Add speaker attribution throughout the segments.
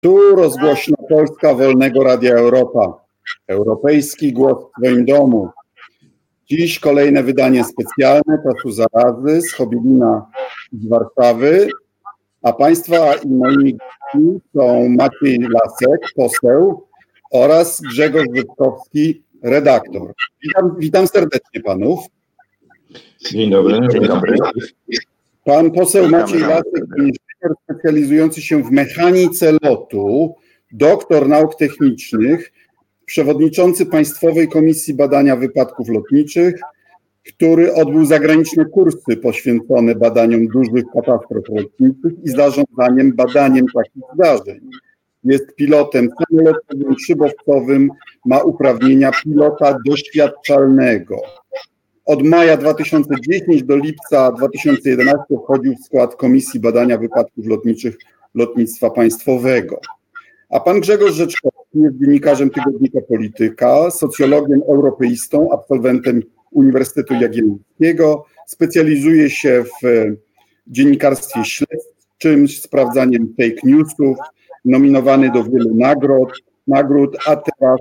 Speaker 1: Tu rozgłośna Polska Wolnego Radia Europa. Europejski głos w Twoim domu. Dziś kolejne wydanie specjalne Czasu Zarazy z Chobielinna z Warszawy, a Państwa i moimi gośćmi są Maciej Lasek, poseł, oraz Grzegorz Rzeczkowski, redaktor. Witam serdecznie panów.
Speaker 2: Dzień dobry. Dzień dobry.
Speaker 1: Pan poseł Maciej Lasek, inżynier specjalizujący się w mechanice lotu, doktor nauk technicznych, przewodniczący Państwowej Komisji Badania Wypadków Lotniczych, który odbył zagraniczne kursy poświęcone badaniom dużych katastrof lotniczych i zarządzaniem badaniem takich zdarzeń. Jest pilotem samolotowym, szybowcowym, ma uprawnienia pilota doświadczalnego. Od maja 2010 do lipca 2011 wchodził w skład Komisji Badania Wypadków Lotniczych Lotnictwa Państwowego. A pan Grzegorz Rzeczkowski jest dziennikarzem tygodnika Polityka, socjologiem europeistą, absolwentem Uniwersytetu Jagiellońskiego, specjalizuje się w dziennikarstwie śledczym, sprawdzaniem fake newsów, nominowany do wielu nagród, a teraz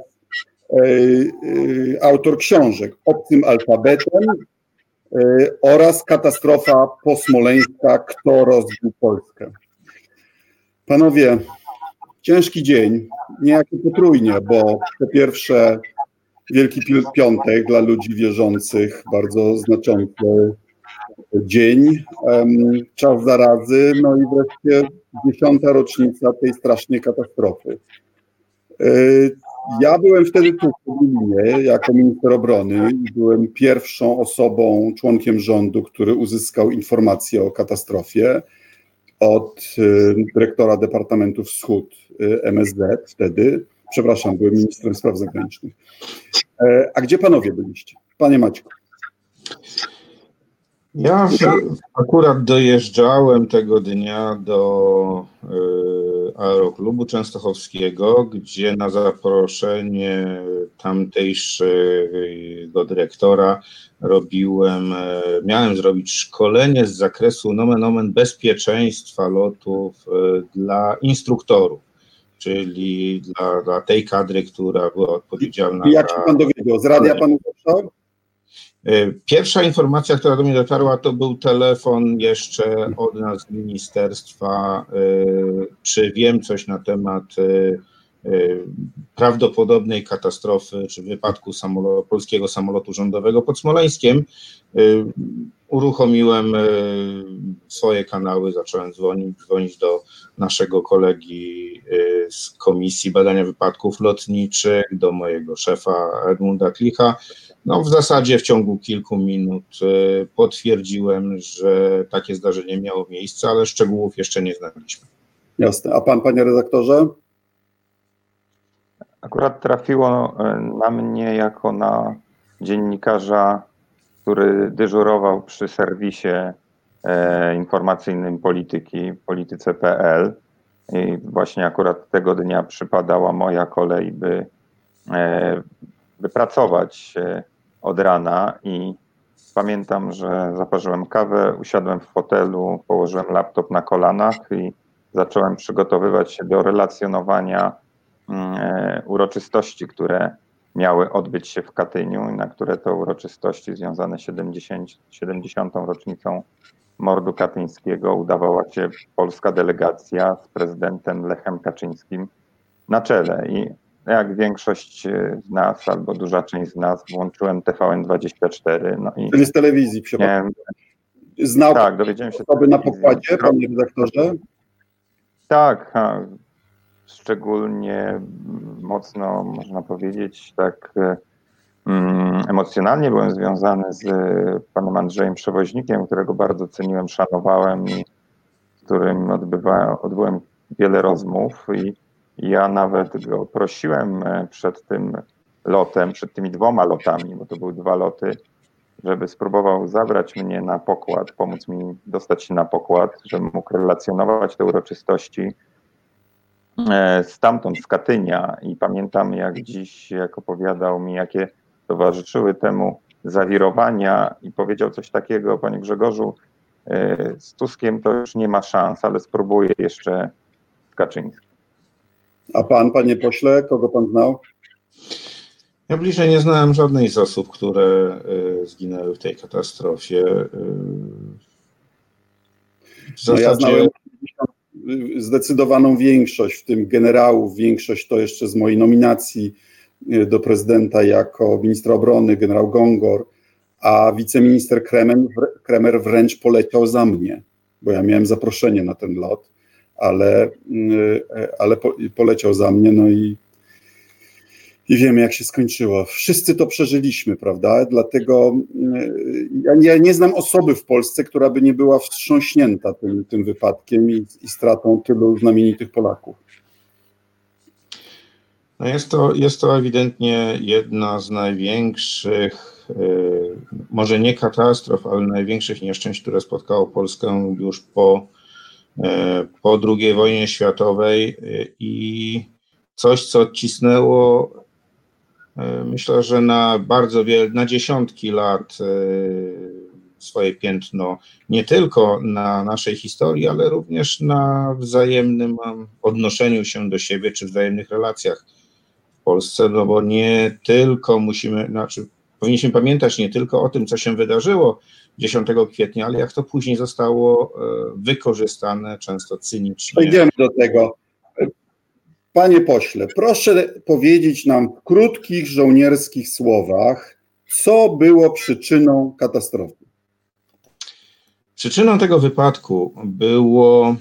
Speaker 1: autor książek Obcym alfabetem oraz Katastrofa posmoleńska, kto rozbił Polskę. Panowie, ciężki dzień, niejako potrójnie, bo po pierwsze Wielki Piątek dla ludzi wierzących, bardzo znaczący dzień, czas zarazy, no i wreszcie 10. rocznica tej strasznej katastrofy. Ja byłem wtedy tu w Lublinie jako minister obrony i byłem pierwszą osobą, członkiem rządu, który uzyskał informację o katastrofie od dyrektora Departamentu Wschód MSZ wtedy. Przepraszam, byłem ministrem spraw zagranicznych. A gdzie panowie byliście? Panie Maćku.
Speaker 2: Ja akurat dojeżdżałem tego dnia do Aeroklubu Częstochowskiego, gdzie na zaproszenie tamtejszego dyrektora miałem zrobić szkolenie z zakresu nomen omen bezpieczeństwa lotów dla instruktorów, czyli dla tej kadry, która była odpowiedzialna.
Speaker 1: I jak się pan dowiedział? Z radia pan usłyszał?
Speaker 2: Pierwsza informacja, która do mnie dotarła, to był telefon jeszcze od nas z ministerstwa, czy wiem coś na temat prawdopodobnej katastrofy, czy wypadku polskiego samolotu rządowego pod Smoleńskiem. Uruchomiłem swoje kanały, zacząłem dzwonić do naszego kolegi z Komisji Badania Wypadków Lotniczych, do mojego szefa Edmunda Klicha. No w zasadzie w ciągu kilku minut potwierdziłem, że takie zdarzenie miało miejsce, ale szczegółów jeszcze nie znaliśmy.
Speaker 1: Jasne. A pan, panie redaktorze?
Speaker 3: Akurat trafiło na mnie jako na dziennikarza, który dyżurował przy serwisie informacyjnym Polityki, polityce.pl, i właśnie akurat tego dnia przypadała moja kolej, by wypracować od rana, i pamiętam, że zaparzyłem kawę, usiadłem w fotelu, położyłem laptop na kolanach i zacząłem przygotowywać się do relacjonowania uroczystości, które miały odbyć się w Katyniu, i na które to uroczystości związane z 70. rocznicą mordu katyńskiego udawała się polska delegacja z prezydentem Lechem Kaczyńskim na czele. I jak większość z nas, albo duża część z nas, włączyłem TVN24. No i
Speaker 1: czyli z telewizji, przepraszam. Znał
Speaker 3: tak, dowiedziałem się
Speaker 1: osoby na pokładzie, panie redaktorze?
Speaker 3: Tak, szczególnie mocno, można powiedzieć, tak emocjonalnie byłem związany z panem Andrzejem Przewoźnikiem, którego bardzo ceniłem, szanowałem i z którym odbyłem wiele rozmów, i ja nawet go prosiłem przed tym lotem, przed tymi 2 lotami, bo to były 2 loty, żeby spróbował zabrać mnie na pokład, pomóc mi dostać się na pokład, żebym mógł relacjonować te uroczystości stamtąd, z Katynia. I pamiętam jak dziś, jak opowiadał mi, jakie towarzyszyły temu zawirowania, i powiedział coś takiego: panie Grzegorzu, z Tuskiem to już nie ma szans, ale spróbuję jeszcze z Kaczyńskim.
Speaker 1: A pan, panie pośle, kogo pan znał?
Speaker 2: Ja bliżej nie znałem żadnej z osób, które zginęły w tej katastrofie. W zasadzie...
Speaker 1: Ja znałem zdecydowaną większość, w tym generałów, większość to jeszcze z mojej nominacji do prezydenta jako ministra obrony, generał Gongor, a wiceminister Kremer wręcz poleciał za mnie, bo ja miałem zaproszenie na ten lot, ale poleciał za mnie, no i wiemy, jak się skończyło. Wszyscy to przeżyliśmy, prawda? Dlatego ja nie znam osoby w Polsce, która by nie była wstrząśnięta tym wypadkiem i stratą tylu znamienitych Polaków.
Speaker 2: No jest to ewidentnie jedna z największych, może nie katastrof, ale największych nieszczęść, które spotkało Polskę już po II wojnie światowej i coś, co odcisnęło, myślę, że na na dziesiątki lat swoje piętno, nie tylko na naszej historii, ale również na wzajemnym odnoszeniu się do siebie, czy wzajemnych relacjach w Polsce, no bo nie tylko powinniśmy pamiętać nie tylko o tym, co się wydarzyło 10 kwietnia, ale jak to później zostało wykorzystane, często cynicznie.
Speaker 1: Przejdziemy do tego. Panie pośle, proszę powiedzieć nam w krótkich, żołnierskich słowach, co było przyczyną katastrofy.
Speaker 2: Przyczyną tego wypadku było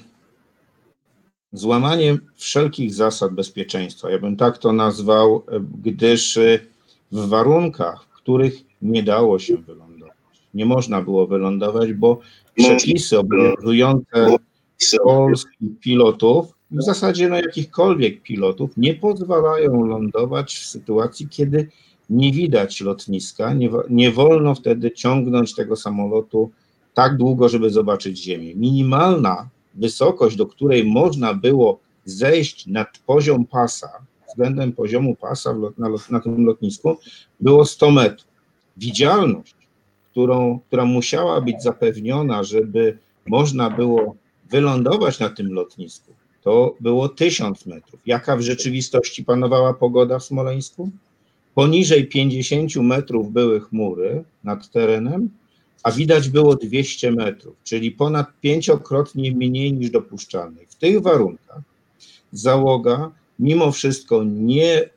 Speaker 2: złamanie wszelkich zasad bezpieczeństwa. Ja bym tak to nazwał, gdyż w warunkach, w których nie dało się wylądować, nie można było wylądować, bo przepisy obowiązujące polskich pilotów, w zasadzie jakichkolwiek pilotów, nie pozwalają lądować w sytuacji, kiedy nie widać lotniska, nie wolno wtedy ciągnąć tego samolotu tak długo, żeby zobaczyć ziemię. Minimalna wysokość, do której można było zejść nad poziom pasa, względem poziomu pasa na tym lotnisku, było 100 metrów. Widzialność, która musiała być zapewniona, żeby można było wylądować na tym lotnisku, to było 1000 metrów. Jaka w rzeczywistości panowała pogoda w Smoleńsku? Poniżej 50 metrów były chmury nad terenem, a widać było 200 metrów, czyli ponad 5-krotnie mniej niż dopuszczalne. W tych warunkach załoga mimo wszystko nie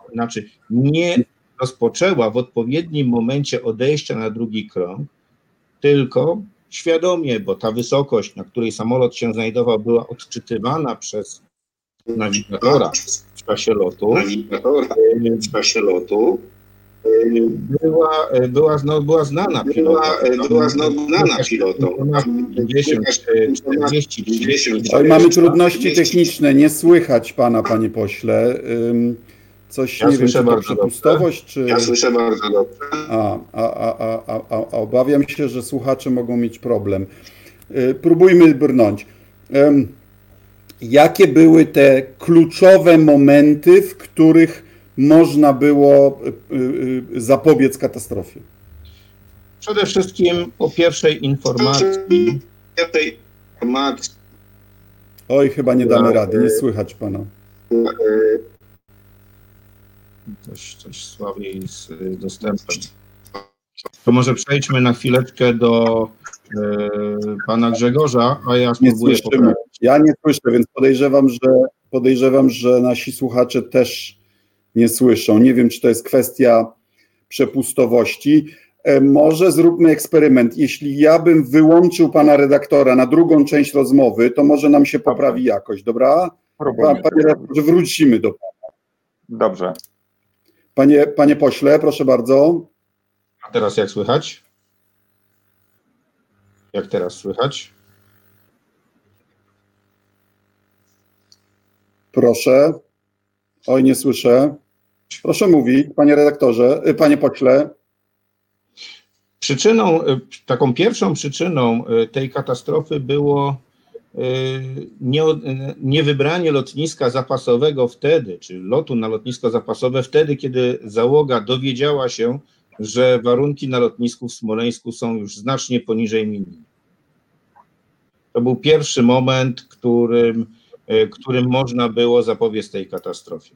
Speaker 2: rozpoczęła w odpowiednim momencie odejścia na drugi krąg, tylko świadomie, bo ta wysokość, na której samolot się znajdował, była odczytywana przez nawigatora w czasie lotu, była znana pilotom. 50, 40, 30.
Speaker 1: Mamy trudności techniczne, nie słychać pana, panie pośle. Coś, nie wiem, czy to przepustowość, czy...
Speaker 2: Ja słyszę bardzo dobrze.
Speaker 1: A obawiam się, że słuchacze mogą mieć problem. Próbujmy brnąć. Jakie były te kluczowe momenty, w których można było zapobiec katastrofie?
Speaker 2: Przede wszystkim po pierwszej informacji.
Speaker 1: Oj, chyba nie damy rady, nie słychać pana.
Speaker 2: Coś słabiej z dostępem. To może przejdźmy na chwileczkę do pana Grzegorza, a ja spróbuję poprawić.
Speaker 1: Ja nie słyszę, więc podejrzewam, że nasi słuchacze też nie słyszą. Nie wiem, czy to jest kwestia przepustowości. Może zróbmy eksperyment. Jeśli ja bym wyłączył pana redaktora na drugą część rozmowy, to może nam się poprawi jakość, dobra? Panie redaktorze, wrócimy do pana.
Speaker 3: Dobrze.
Speaker 1: Panie pośle, proszę bardzo.
Speaker 2: A teraz jak słychać? Jak teraz słychać?
Speaker 1: Proszę. Oj, nie słyszę. Proszę mówić, panie redaktorze, panie pośle.
Speaker 2: Taką pierwszą przyczyną tej katastrofy było niewybranie lotniska zapasowego wtedy, czy lotu na lotnisko zapasowe wtedy, kiedy załoga dowiedziała się, że warunki na lotnisku w Smoleńsku są już znacznie poniżej minimum. To był pierwszy moment, którym którym można było zapobiec tej katastrofie.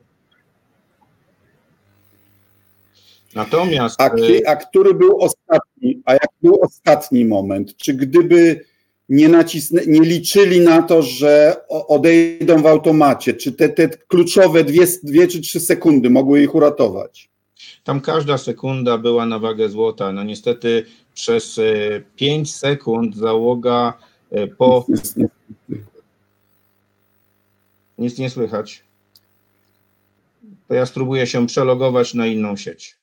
Speaker 2: Natomiast...
Speaker 1: A który był ostatni? A jak był ostatni moment? Czy gdyby nie liczyli na to, że odejdą w automacie, czy te kluczowe 2 czy 3 sekundy mogły ich uratować?
Speaker 2: Tam każda sekunda była na wagę złota. No niestety przez 5 sekund załoga po... Nic nie słychać. To ja spróbuję się przelogować na inną sieć.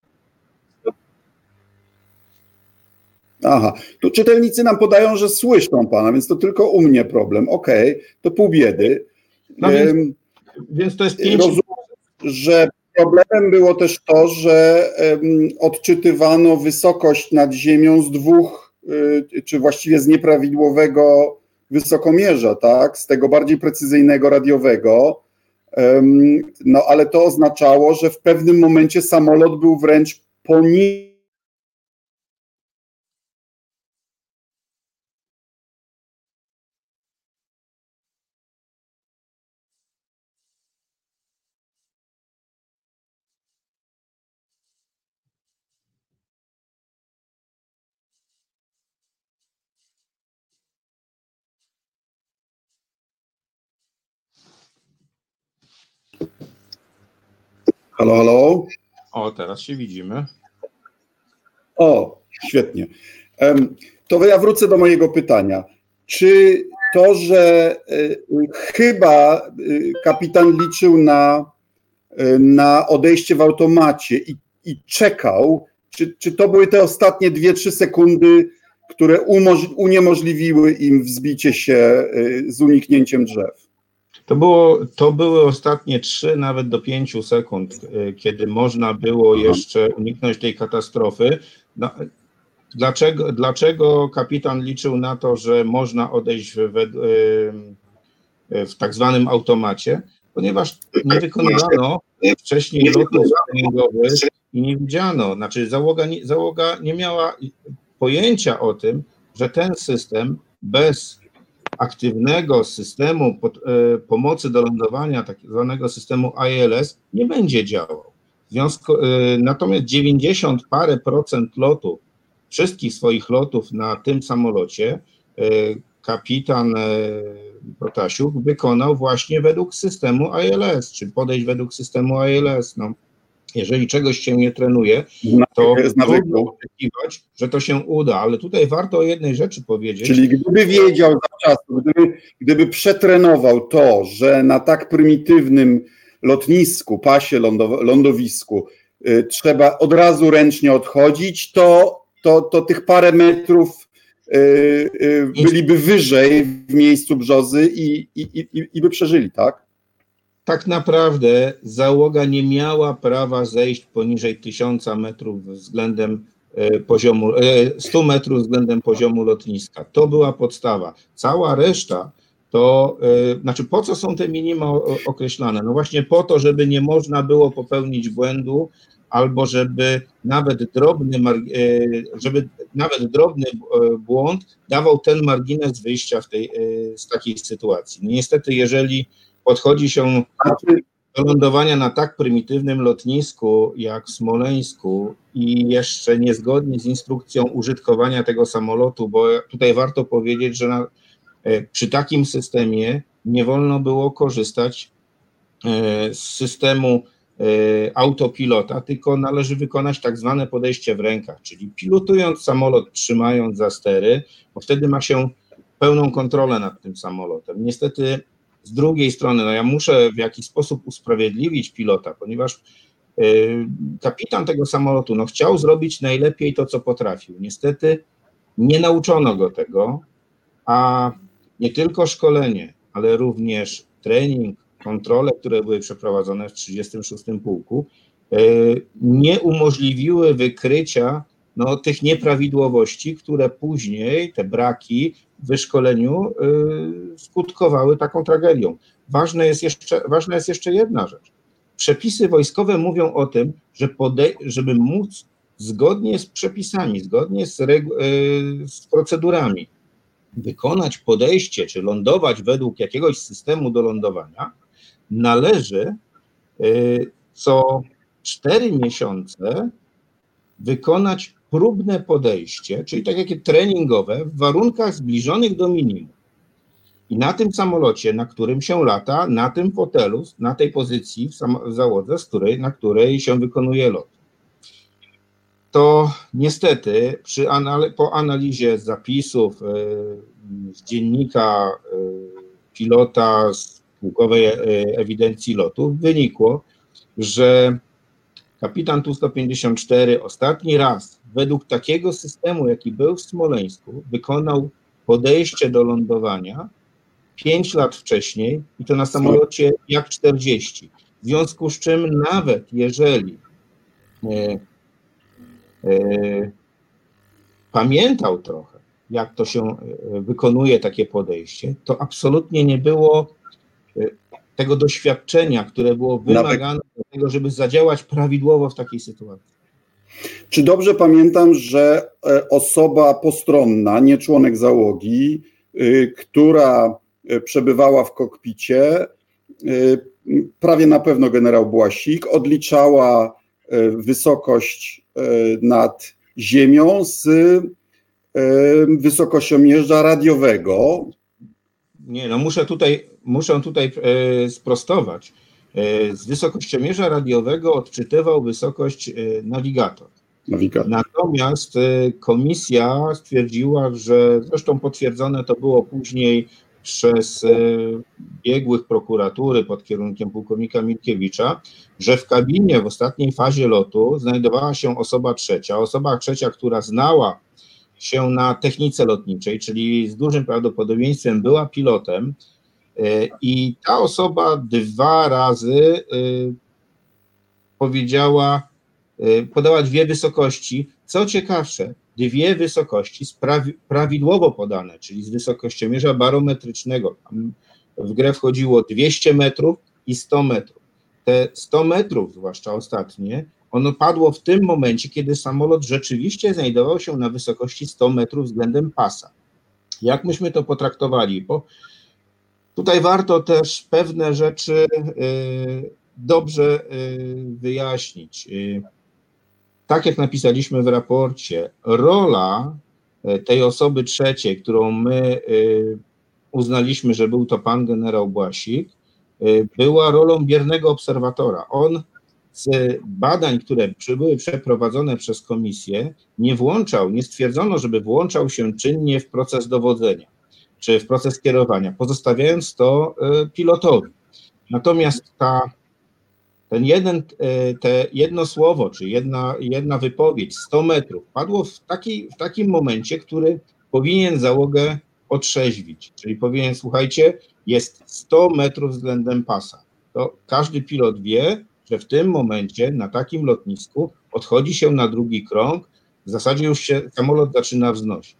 Speaker 1: Aha, tu czytelnicy nam podają, że słyszą pana, więc to tylko u mnie problem. Okej, to pół biedy.
Speaker 2: No więc to jest 5...
Speaker 1: Rozumiem, że problemem było też to, że odczytywano wysokość nad ziemią z 2, czy właściwie z nieprawidłowego wysokomierza, tak? Z tego bardziej precyzyjnego radiowego. No ale to oznaczało, że w pewnym momencie samolot był wręcz poniżej. Halo, halo?
Speaker 2: O, teraz się widzimy.
Speaker 1: O, świetnie. To ja wrócę do mojego pytania. Czy to, że chyba kapitan liczył na odejście w automacie i czekał, czy to były te ostatnie 2-3 sekundy, które uniemożliwiły im wzbicie się z uniknięciem drzew?
Speaker 2: To były ostatnie 3, nawet do 5 sekund, kiedy można było jeszcze uniknąć tej katastrofy. No, dlaczego kapitan liczył na to, że można odejść w tak zwanym automacie? Ponieważ nie wykonywano wcześniej lotów treningowych i nie widziano, znaczy załoga nie miała pojęcia o tym, że ten system bez aktywnego systemu pomocy do lądowania, tak zwanego systemu ILS, nie będzie działał. Natomiast 90 parę procent lotów, wszystkich swoich lotów na tym samolocie kapitan Protasiuk wykonał właśnie według systemu ILS, czy podejść według systemu ILS. No, jeżeli czegoś się nie trenuje, to trudno oczekiwać, że to się uda, ale tutaj warto o jednej rzeczy powiedzieć.
Speaker 1: Czyli gdyby wiedział zawczasu, gdyby przetrenował to, że na tak prymitywnym lotnisku, pasie, lądowisku trzeba od razu ręcznie odchodzić, to tych parę metrów byliby wyżej w miejscu brzozy i by przeżyli, tak?
Speaker 2: Tak naprawdę załoga nie miała prawa zejść poniżej 1000 metrów względem poziomu, 100 metrów względem poziomu lotniska. To była podstawa. Cała reszta to, znaczy po co są te minima określane? No właśnie po to, żeby nie można było popełnić błędu, albo żeby nawet drobny błąd dawał ten margines wyjścia z takiej sytuacji. No niestety, jeżeli podchodzi się do lądowania na tak prymitywnym lotnisku jak w Smoleńsku i jeszcze niezgodnie z instrukcją użytkowania tego samolotu, bo tutaj warto powiedzieć, że przy takim systemie nie wolno było korzystać z systemu autopilota, tylko należy wykonać tak zwane podejście w rękach, czyli pilotując samolot, trzymając za stery, bo wtedy ma się pełną kontrolę nad tym samolotem. Niestety z drugiej strony, no ja muszę w jakiś sposób usprawiedliwić pilota, ponieważ kapitan tego samolotu chciał zrobić najlepiej to, co potrafił. Niestety nie nauczono go tego, a nie tylko szkolenie, ale również trening, kontrole, które były przeprowadzone w 36. Pułku, nie umożliwiły wykrycia tych nieprawidłowości, które później, te braki w wyszkoleniu skutkowały taką tragedią. Ważna jest jeszcze jedna rzecz. Przepisy wojskowe mówią o tym, że żeby móc zgodnie z przepisami, zgodnie z procedurami wykonać podejście, czy lądować według jakiegoś systemu do lądowania, należy co 4 miesiące wykonać próbne podejście, czyli takie treningowe, w warunkach zbliżonych do minimum. I na tym samolocie, na którym się lata, na tym fotelu, na tej pozycji w załodze, na której się wykonuje lot. To niestety po analizie zapisów z dziennika pilota z pułkowej ewidencji lotów wynikło, że kapitan Tu-154 ostatni raz według takiego systemu, jaki był w Smoleńsku, wykonał podejście do lądowania 5 lat wcześniej i to na samolocie Jak-40. W związku z czym nawet jeżeli pamiętał trochę, jak to się wykonuje takie podejście, to absolutnie nie było tego doświadczenia, które było wymagane do tego, żeby zadziałać prawidłowo w takiej sytuacji.
Speaker 1: Czy dobrze pamiętam, że osoba postronna, nie członek załogi, która przebywała w kokpicie, prawie na pewno generał Błasik, odliczała wysokość nad ziemią z wysokościomierza radiowego?
Speaker 2: Nie, no muszę tutaj sprostować. Z wysokościomierza radiowego odczytywał wysokość nawigator. Natomiast komisja stwierdziła, że zresztą potwierdzone to było później przez biegłych prokuratury pod kierunkiem pułkownika Milkiewicza, że w kabinie w ostatniej fazie lotu znajdowała się osoba trzecia, która znała się na technice lotniczej, czyli z dużym prawdopodobieństwem była pilotem, i ta osoba 2 razy podała 2 wysokości. Co ciekawsze, 2 wysokości prawidłowo podane, czyli z wysokościomierza barometrycznego. W grę wchodziło 200 metrów i 100 metrów. Te 100 metrów, zwłaszcza ostatnie, ono padło w tym momencie, kiedy samolot rzeczywiście znajdował się na wysokości 100 metrów względem pasa. Jak myśmy to potraktowali? Bo tutaj warto też pewne rzeczy dobrze wyjaśnić. Tak jak napisaliśmy w raporcie, rola tej osoby trzeciej, którą my uznaliśmy, że był to pan generał Błasik, była rolą biernego obserwatora. On z badań, które były przeprowadzone przez komisję, nie stwierdzono, żeby włączał się czynnie w proces dowodzenia czy w proces kierowania, pozostawiając to pilotowi. Natomiast jedno słowo, czy jedna wypowiedź, 100 metrów, padło w takim momencie, który powinien załogę otrzeźwić, czyli powinien, słuchajcie, jest 100 metrów względem pasa. To każdy pilot wie, że w tym momencie na takim lotnisku odchodzi się na drugi krąg, w zasadzie już się samolot zaczyna wznosić.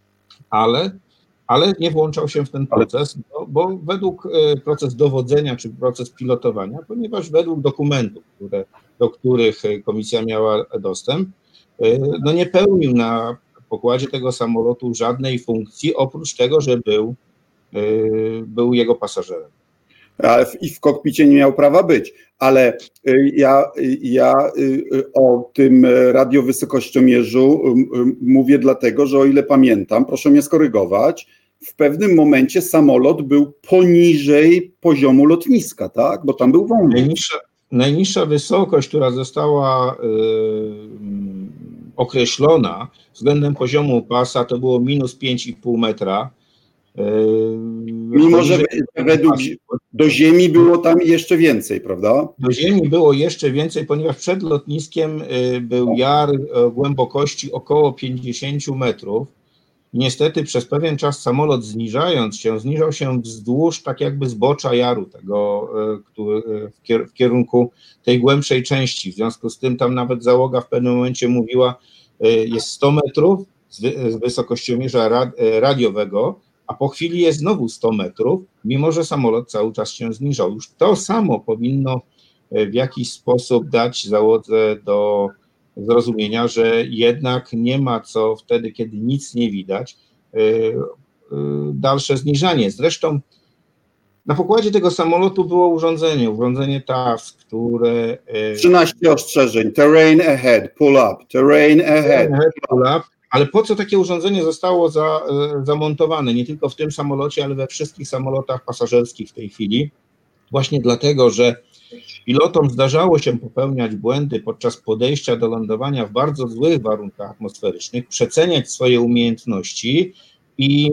Speaker 2: Ale nie włączał się w ten proces, bo według proces dowodzenia czy proces pilotowania, ponieważ według dokumentów, do których komisja miała dostęp, no nie pełnił na pokładzie tego samolotu żadnej funkcji, oprócz tego, że był jego pasażerem.
Speaker 1: I w kokpicie nie miał prawa być, ale ja o tym radiowysokościomierzu mówię dlatego, że o ile pamiętam, proszę mnie skorygować, w pewnym momencie samolot był poniżej poziomu lotniska, tak? Bo tam był wąwóz.
Speaker 2: Najniższa wysokość, która została określona względem poziomu pasa, to było minus 5,5 metra.
Speaker 1: Mimo, że do ziemi było tam jeszcze więcej, prawda?
Speaker 2: Do ziemi było jeszcze więcej, ponieważ przed lotniskiem był jar głębokości około 50 metrów. Niestety przez pewien czas samolot zniżał się wzdłuż tak jakby zbocza jaru tego, w kierunku tej głębszej części. W związku z tym tam nawet załoga w pewnym momencie mówiła, jest 100 metrów z wysokościomierza radiowego, a po chwili jest znowu 100 metrów, mimo że samolot cały czas się zniżał. Już to samo powinno w jakiś sposób dać załodze do zrozumienia, że jednak nie ma co wtedy, kiedy nic nie widać, dalsze zniżanie. Zresztą na pokładzie tego samolotu było urządzenie TAS, które...
Speaker 1: 13 ostrzeżeń, terrain ahead, pull up, terrain ahead,
Speaker 2: pull up. Ale po co takie urządzenie zostało zamontowane, nie tylko w tym samolocie, ale we wszystkich samolotach pasażerskich w tej chwili? Właśnie dlatego, że pilotom zdarzało się popełniać błędy podczas podejścia do lądowania w bardzo złych warunkach atmosferycznych, przeceniać swoje umiejętności i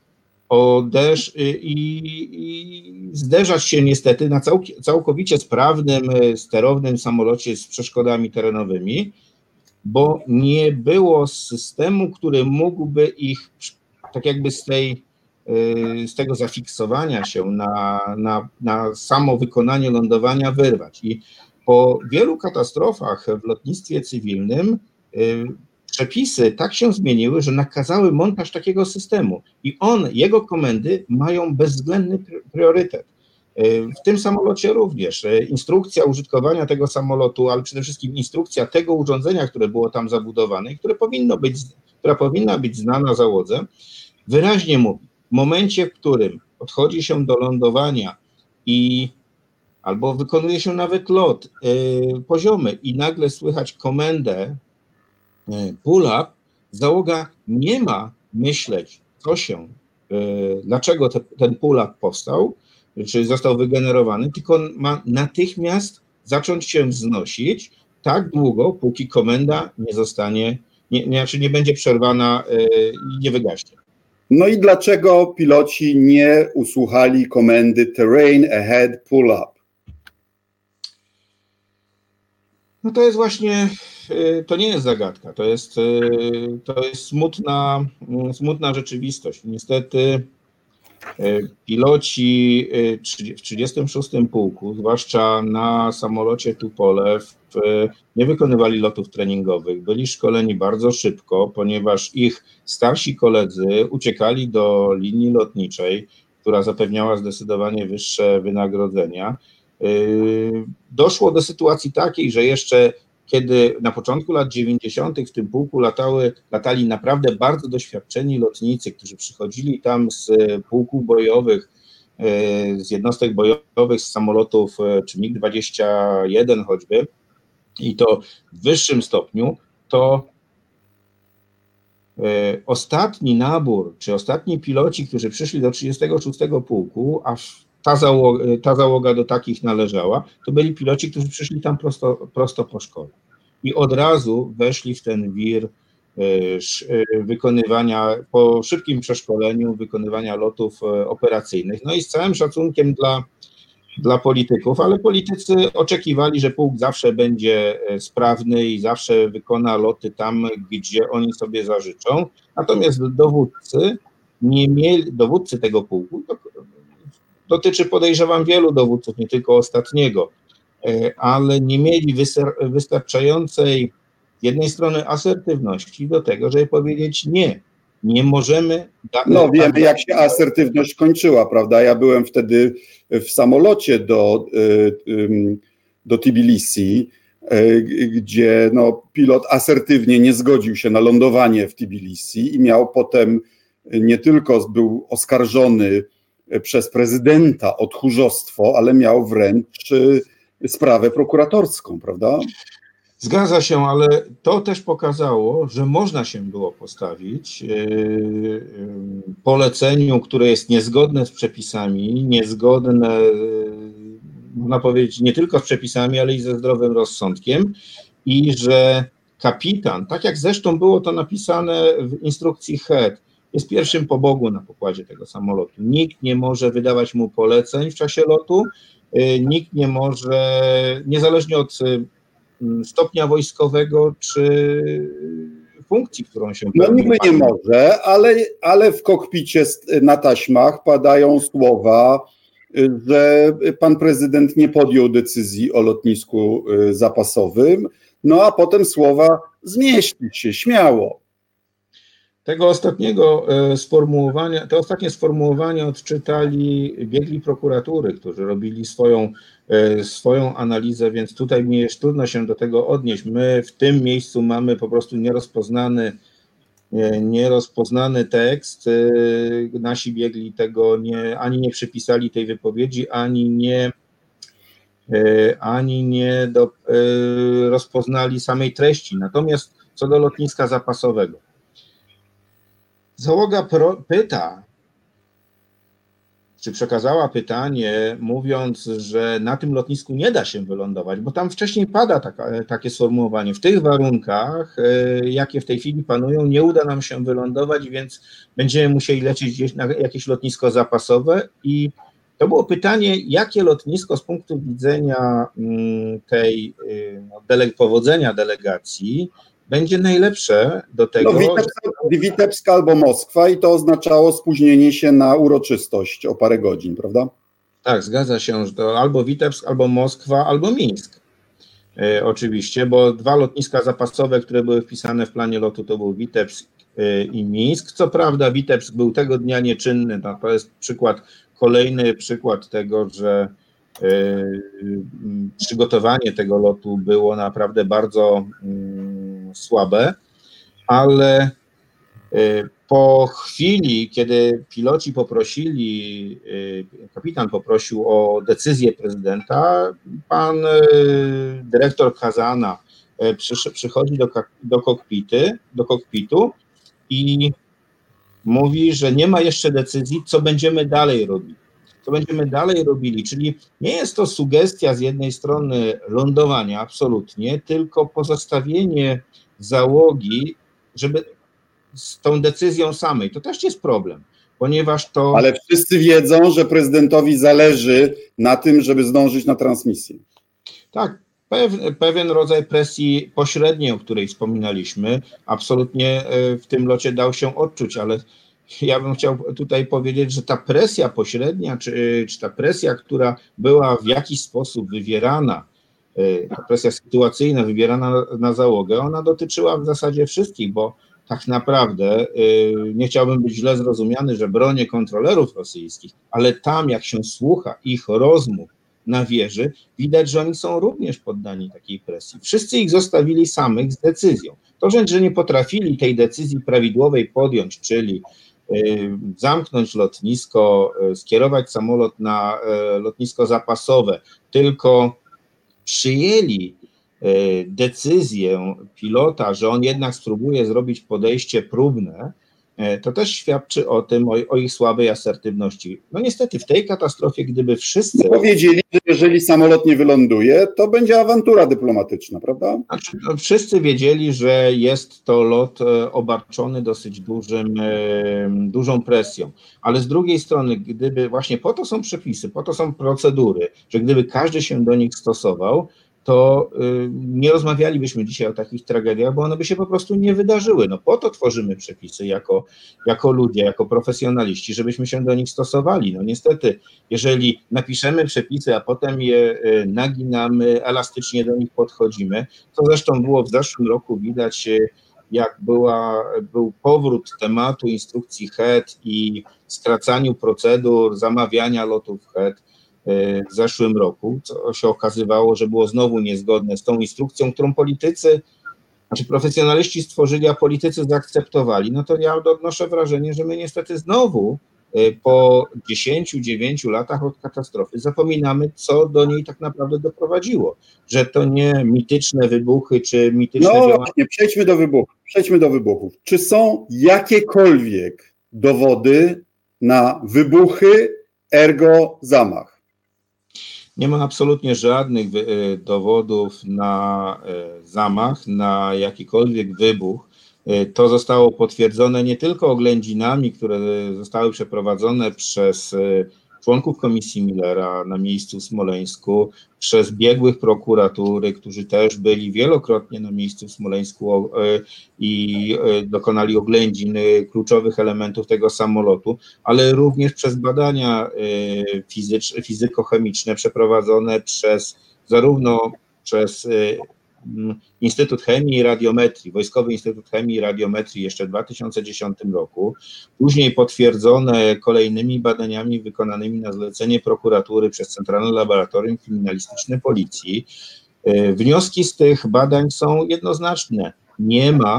Speaker 2: zderzać się niestety na całkowicie sprawnym, sterownym samolocie z przeszkodami terenowymi, bo nie było systemu, który mógłby ich tak jakby z tego zafiksowania się na samo wykonanie lądowania wyrwać. I po wielu katastrofach w lotnictwie cywilnym przepisy tak się zmieniły, że nakazały montaż takiego systemu i jego komendy mają bezwzględny priorytet. W tym samolocie również instrukcja użytkowania tego samolotu, ale przede wszystkim instrukcja tego urządzenia, które było tam zabudowane i która powinna być znana załodze, wyraźnie mówi, w momencie, w którym podchodzi się do lądowania albo wykonuje się nawet lot poziomy i nagle słychać komendę pull up, załoga nie ma myśleć, dlaczego ten pull up powstał, czy został wygenerowany, tylko ma natychmiast zacząć się wznosić tak długo, póki komenda nie zostanie, nie będzie przerwana i nie wygaśnie.
Speaker 1: No i dlaczego piloci nie usłuchali komendy terrain ahead, pull up?
Speaker 2: No to jest właśnie, to nie jest zagadka, to jest smutna rzeczywistość. Niestety piloci w 36. Pułku, zwłaszcza na samolocie Tupolew, nie wykonywali lotów treningowych, byli szkoleni bardzo szybko, ponieważ ich starsi koledzy uciekali do linii lotniczej, która zapewniała zdecydowanie wyższe wynagrodzenia. Doszło do sytuacji takiej, że jeszcze kiedy na początku lat 90. w tym pułku latali naprawdę bardzo doświadczeni lotnicy, którzy przychodzili tam z pułków bojowych, z jednostek bojowych, z samolotów, czy MiG-21 choćby, i to w wyższym stopniu, to ostatni nabór, czy ostatni piloci, którzy przyszli do 36 pułku, a ta załoga do takich należała, to byli piloci, którzy przyszli tam prosto po szkole. I od razu weszli w ten wir wykonywania, po szybkim przeszkoleniu, wykonywania lotów operacyjnych. No i z całym szacunkiem dla polityków, ale politycy oczekiwali, że pułk zawsze będzie sprawny i zawsze wykona loty tam, gdzie oni sobie zażyczą. Natomiast dowódcy tego pułku, dotyczy, podejrzewam, wielu dowódców, nie tylko ostatniego, ale nie mieli wystarczającej z jednej strony asertywności do tego, żeby powiedzieć nie możemy...
Speaker 1: No wiemy, jak się asertywność kończyła, prawda? Ja byłem wtedy w samolocie do Tbilisi, gdzie pilot asertywnie nie zgodził się na lądowanie w Tbilisi i miał potem, nie tylko był oskarżony przez prezydenta o tchórzostwo, ale miał wręcz sprawę prokuratorską, prawda?
Speaker 2: Zgadza się, ale to też pokazało, że można się było postawić poleceniu, które jest niezgodne z przepisami, niezgodne, można powiedzieć, nie tylko z przepisami, ale i ze zdrowym rozsądkiem, i że kapitan, tak jak zresztą było to napisane w instrukcji HEAD, jest pierwszym pobogu na pokładzie tego samolotu. Nikt nie może wydawać mu poleceń w czasie lotu, nikt nie może, niezależnie od stopnia wojskowego czy funkcji, którą się pełni.
Speaker 1: No niby nie może, ale w kokpicie na taśmach padają słowa, że pan prezydent nie podjął decyzji o lotnisku zapasowym, no a potem słowa zmieścić się śmiało.
Speaker 2: Te ostatnie sformułowania odczytali biegli prokuratury, którzy robili swoją analizę, więc tutaj mi jest trudno się do tego odnieść. My w tym miejscu mamy po prostu nierozpoznany nierozpoznany tekst. Nasi biegli tego ani nie przypisali tej wypowiedzi, ani nie rozpoznali samej treści. Natomiast co do lotniska zapasowego. Załoga pyta, czy przekazała pytanie, mówiąc, że na tym lotnisku nie da się wylądować, bo tam wcześniej pada takie sformułowanie. W tych warunkach, jakie w tej chwili panują, nie uda nam się wylądować, więc będziemy musieli lecieć gdzieś na jakieś lotnisko zapasowe. I to było pytanie, jakie lotnisko z punktu widzenia tej powodzenia delegacji będzie najlepsze do tego.
Speaker 1: Witebsk albo Moskwa i to oznaczało spóźnienie się na uroczystość o parę godzin, prawda?
Speaker 2: Tak, zgadza się, że to albo Witebsk, albo Moskwa, albo Mińsk. Oczywiście, bo 2 lotniska zapasowe, które były wpisane w planie lotu, to był Witebsk i Mińsk. Co prawda Witebsk był tego dnia nieczynny, no to jest kolejny przykład tego, że przygotowanie tego lotu było naprawdę bardzo słabe, ale po chwili, kiedy piloci poprosili, kapitan poprosił o decyzję prezydenta, pan dyrektor Kazana przychodzi do kokpitu i mówi, że nie ma jeszcze decyzji, co będziemy dalej robili, czyli nie jest to sugestia z jednej strony lądowania, absolutnie, tylko pozostawienie załogi, żeby z tą decyzją samej. To też jest problem, ponieważ to...
Speaker 1: Ale wszyscy wiedzą, że prezydentowi zależy na tym, żeby zdążyć na transmisję.
Speaker 2: Tak, pewien rodzaj presji pośredniej, o której wspominaliśmy, absolutnie w tym locie dał się odczuć, ale ja bym chciał tutaj powiedzieć, że ta presja pośrednia, czy ta presja, która była w jakiś sposób wywierana, ta presja sytuacyjna wywierana na załogę, ona dotyczyła w zasadzie wszystkich, bo tak naprawdę nie chciałbym być źle zrozumiany, że bronię kontrolerów rosyjskich, ale tam jak się słucha ich rozmów na wieży, widać, że oni są również poddani takiej presji. Wszyscy ich zostawili samych z decyzją. To, że nie potrafili tej decyzji prawidłowej podjąć, czyli zamknąć lotnisko, skierować samolot na lotnisko zapasowe, tylko przyjęli decyzję pilota, że on jednak spróbuje zrobić podejście próbne, to też świadczy o tym, o ich słabej asertywności. No niestety w tej katastrofie, gdyby wszyscy...
Speaker 1: Powiedzieli, że jeżeli samolot nie wyląduje, to będzie awantura dyplomatyczna, prawda?
Speaker 2: Znaczy, no, wszyscy wiedzieli, że jest to lot obarczony dosyć dużą presją, ale z drugiej strony, gdyby właśnie po to są przepisy, po to są procedury, że gdyby każdy się do nich stosował, to nie rozmawialibyśmy dzisiaj o takich tragediach, bo one by się po prostu nie wydarzyły. No po to tworzymy przepisy jako ludzie, jako profesjonaliści, żebyśmy się do nich stosowali. No niestety, jeżeli napiszemy przepisy, a potem je naginamy, elastycznie do nich podchodzimy, to zresztą było w zeszłym roku widać, jak był powrót tematu instrukcji HEAD i skracaniu procedur zamawiania lotów HEAD w zeszłym roku, co się okazywało, że było znowu niezgodne z tą instrukcją, którą profesjonaliści stworzyli, a politycy zaakceptowali, no to ja odnoszę wrażenie, że my niestety znowu po 10-9 latach od katastrofy zapominamy, co do niej tak naprawdę doprowadziło, że to nie mityczne wybuchy, czy mityczne działania.
Speaker 1: Właśnie, przejdźmy do wybuchów. Czy są jakiekolwiek dowody na wybuchy, ergo zamach?
Speaker 2: Nie ma absolutnie żadnych dowodów na zamach, na jakikolwiek wybuch. To zostało potwierdzone nie tylko oględzinami, które zostały przeprowadzone przez członków Komisji Millera na miejscu w Smoleńsku, przez biegłych prokuratury, którzy też byli wielokrotnie na miejscu w Smoleńsku i dokonali oględzin kluczowych elementów tego samolotu, ale również przez badania fizykochemiczne przeprowadzone zarówno przez Instytut Chemii i Radiometrii, Wojskowy Instytut Chemii i Radiometrii jeszcze w 2010 roku, później potwierdzone kolejnymi badaniami wykonanymi na zlecenie prokuratury przez Centralne Laboratorium Kryminalistyczne Policji. Wnioski z tych badań są jednoznaczne. Nie ma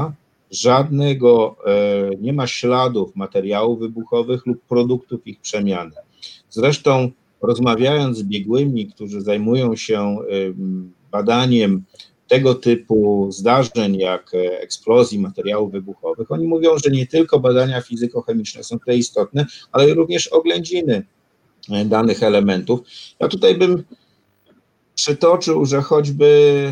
Speaker 2: nie ma śladów materiałów wybuchowych lub produktów ich przemiany. Zresztą rozmawiając z biegłymi, którzy zajmują się badaniem tego typu zdarzeń jak eksplozji materiałów wybuchowych, oni mówią, że nie tylko badania fizykochemiczne są tutaj istotne, ale również oględziny danych elementów. Ja tutaj bym przytoczył, że choćby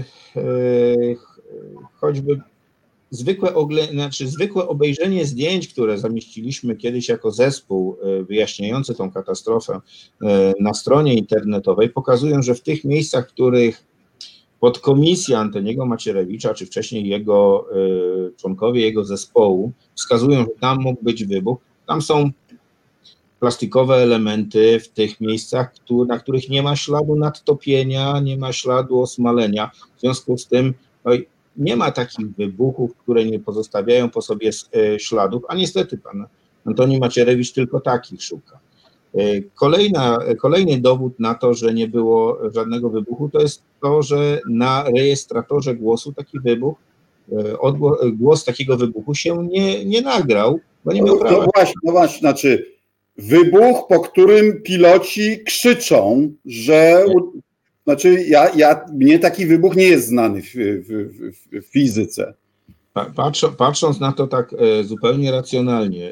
Speaker 2: zwykłe obejrzenie zdjęć, które zamieściliśmy kiedyś jako zespół wyjaśniający tą katastrofę na stronie internetowej, pokazują, że w tych miejscach, w których podkomisja Antoniego Macierewicza, czy wcześniej jego członkowie jego zespołu wskazują, że tam mógł być wybuch, tam są plastikowe elementy w tych miejscach, na których nie ma śladu nadtopienia, nie ma śladu osmalenia. W związku z tym nie ma takich wybuchów, które nie pozostawiają po sobie śladów, a niestety pan Antoni Macierewicz tylko takich szuka. Kolejny dowód na to, że nie było żadnego wybuchu, to jest to, że na rejestratorze głosu taki wybuch, głos takiego wybuchu się nie nagrał, bo nie miał prawa.
Speaker 1: No właśnie, znaczy wybuch, po którym piloci krzyczą, że... Znaczy mnie taki wybuch nie jest znany w fizyce.
Speaker 2: Patrząc na to tak zupełnie racjonalnie,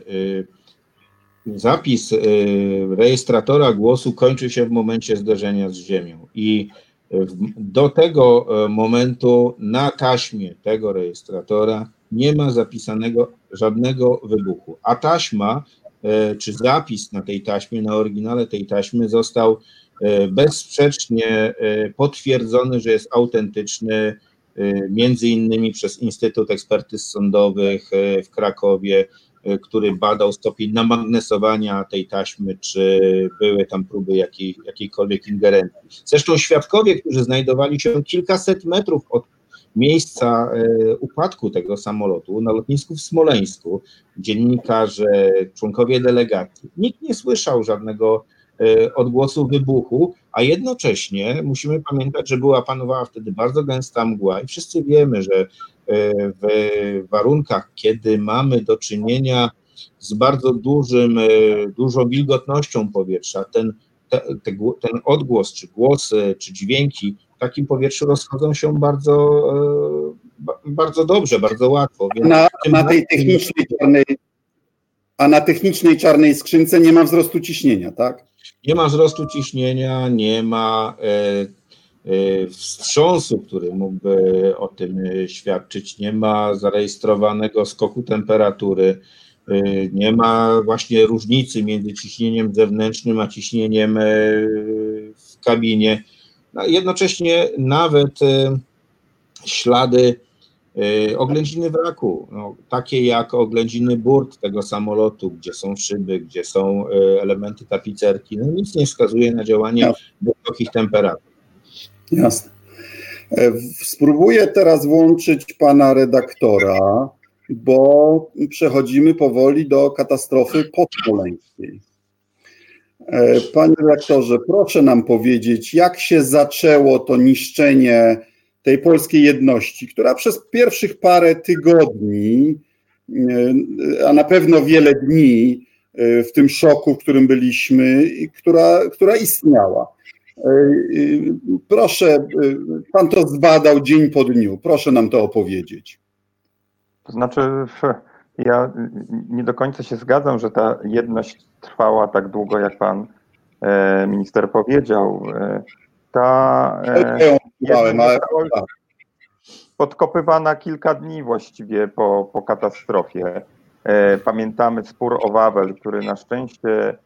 Speaker 2: zapis rejestratora głosu kończy się w momencie zderzenia z ziemią i do tego momentu na taśmie tego rejestratora nie ma zapisanego żadnego wybuchu, a taśma czy zapis na tej taśmie, na oryginale tej taśmy został bezsprzecznie potwierdzony, że jest autentyczny, między innymi przez Instytut Ekspertyz Sądowych w Krakowie, który badał stopień namagnesowania tej taśmy, czy były tam próby jakiejkolwiek ingerencji. Zresztą świadkowie, którzy znajdowali się kilkaset metrów od miejsca upadku tego samolotu na lotnisku w Smoleńsku, dziennikarze, członkowie delegacji, nikt nie słyszał żadnego odgłosu wybuchu, a jednocześnie musimy pamiętać, że panowała wtedy bardzo gęsta mgła i wszyscy wiemy, że w warunkach, kiedy mamy do czynienia z bardzo dużą wilgotnością powietrza, ten odgłos, czy głosy, czy dźwięki w takim powietrzu rozchodzą się bardzo dobrze, bardzo łatwo.
Speaker 1: Na technicznej czarnej skrzynce nie ma wzrostu ciśnienia, tak?
Speaker 2: Nie ma wzrostu ciśnienia, nie ma wstrząsu, który mógłby o tym świadczyć, nie ma zarejestrowanego skoku temperatury, nie ma właśnie różnicy między ciśnieniem zewnętrznym a ciśnieniem w kabinie. No, jednocześnie nawet ślady oględziny wraku, takie jak oględziny burt tego samolotu, gdzie są szyby, gdzie są elementy tapicerki, nic nie wskazuje na działanie wysokich temperatur.
Speaker 1: Jasne. Spróbuję teraz włączyć pana redaktora, bo przechodzimy powoli do katastrofy podsmoleńskiej. Panie redaktorze, proszę nam powiedzieć, jak się zaczęło to niszczenie tej polskiej jedności, która przez pierwszych parę tygodni, a na pewno wiele dni w tym szoku, w którym byliśmy, która istniała. Proszę, pan to zbadał dzień po dniu, proszę nam to opowiedzieć.
Speaker 3: To znaczy, ja nie do końca się zgadzam, że ta jedność trwała tak długo, jak pan minister powiedział. Ta jedność została podkopywana kilka dni właściwie po katastrofie. Pamiętamy spór o Wawel, który na szczęście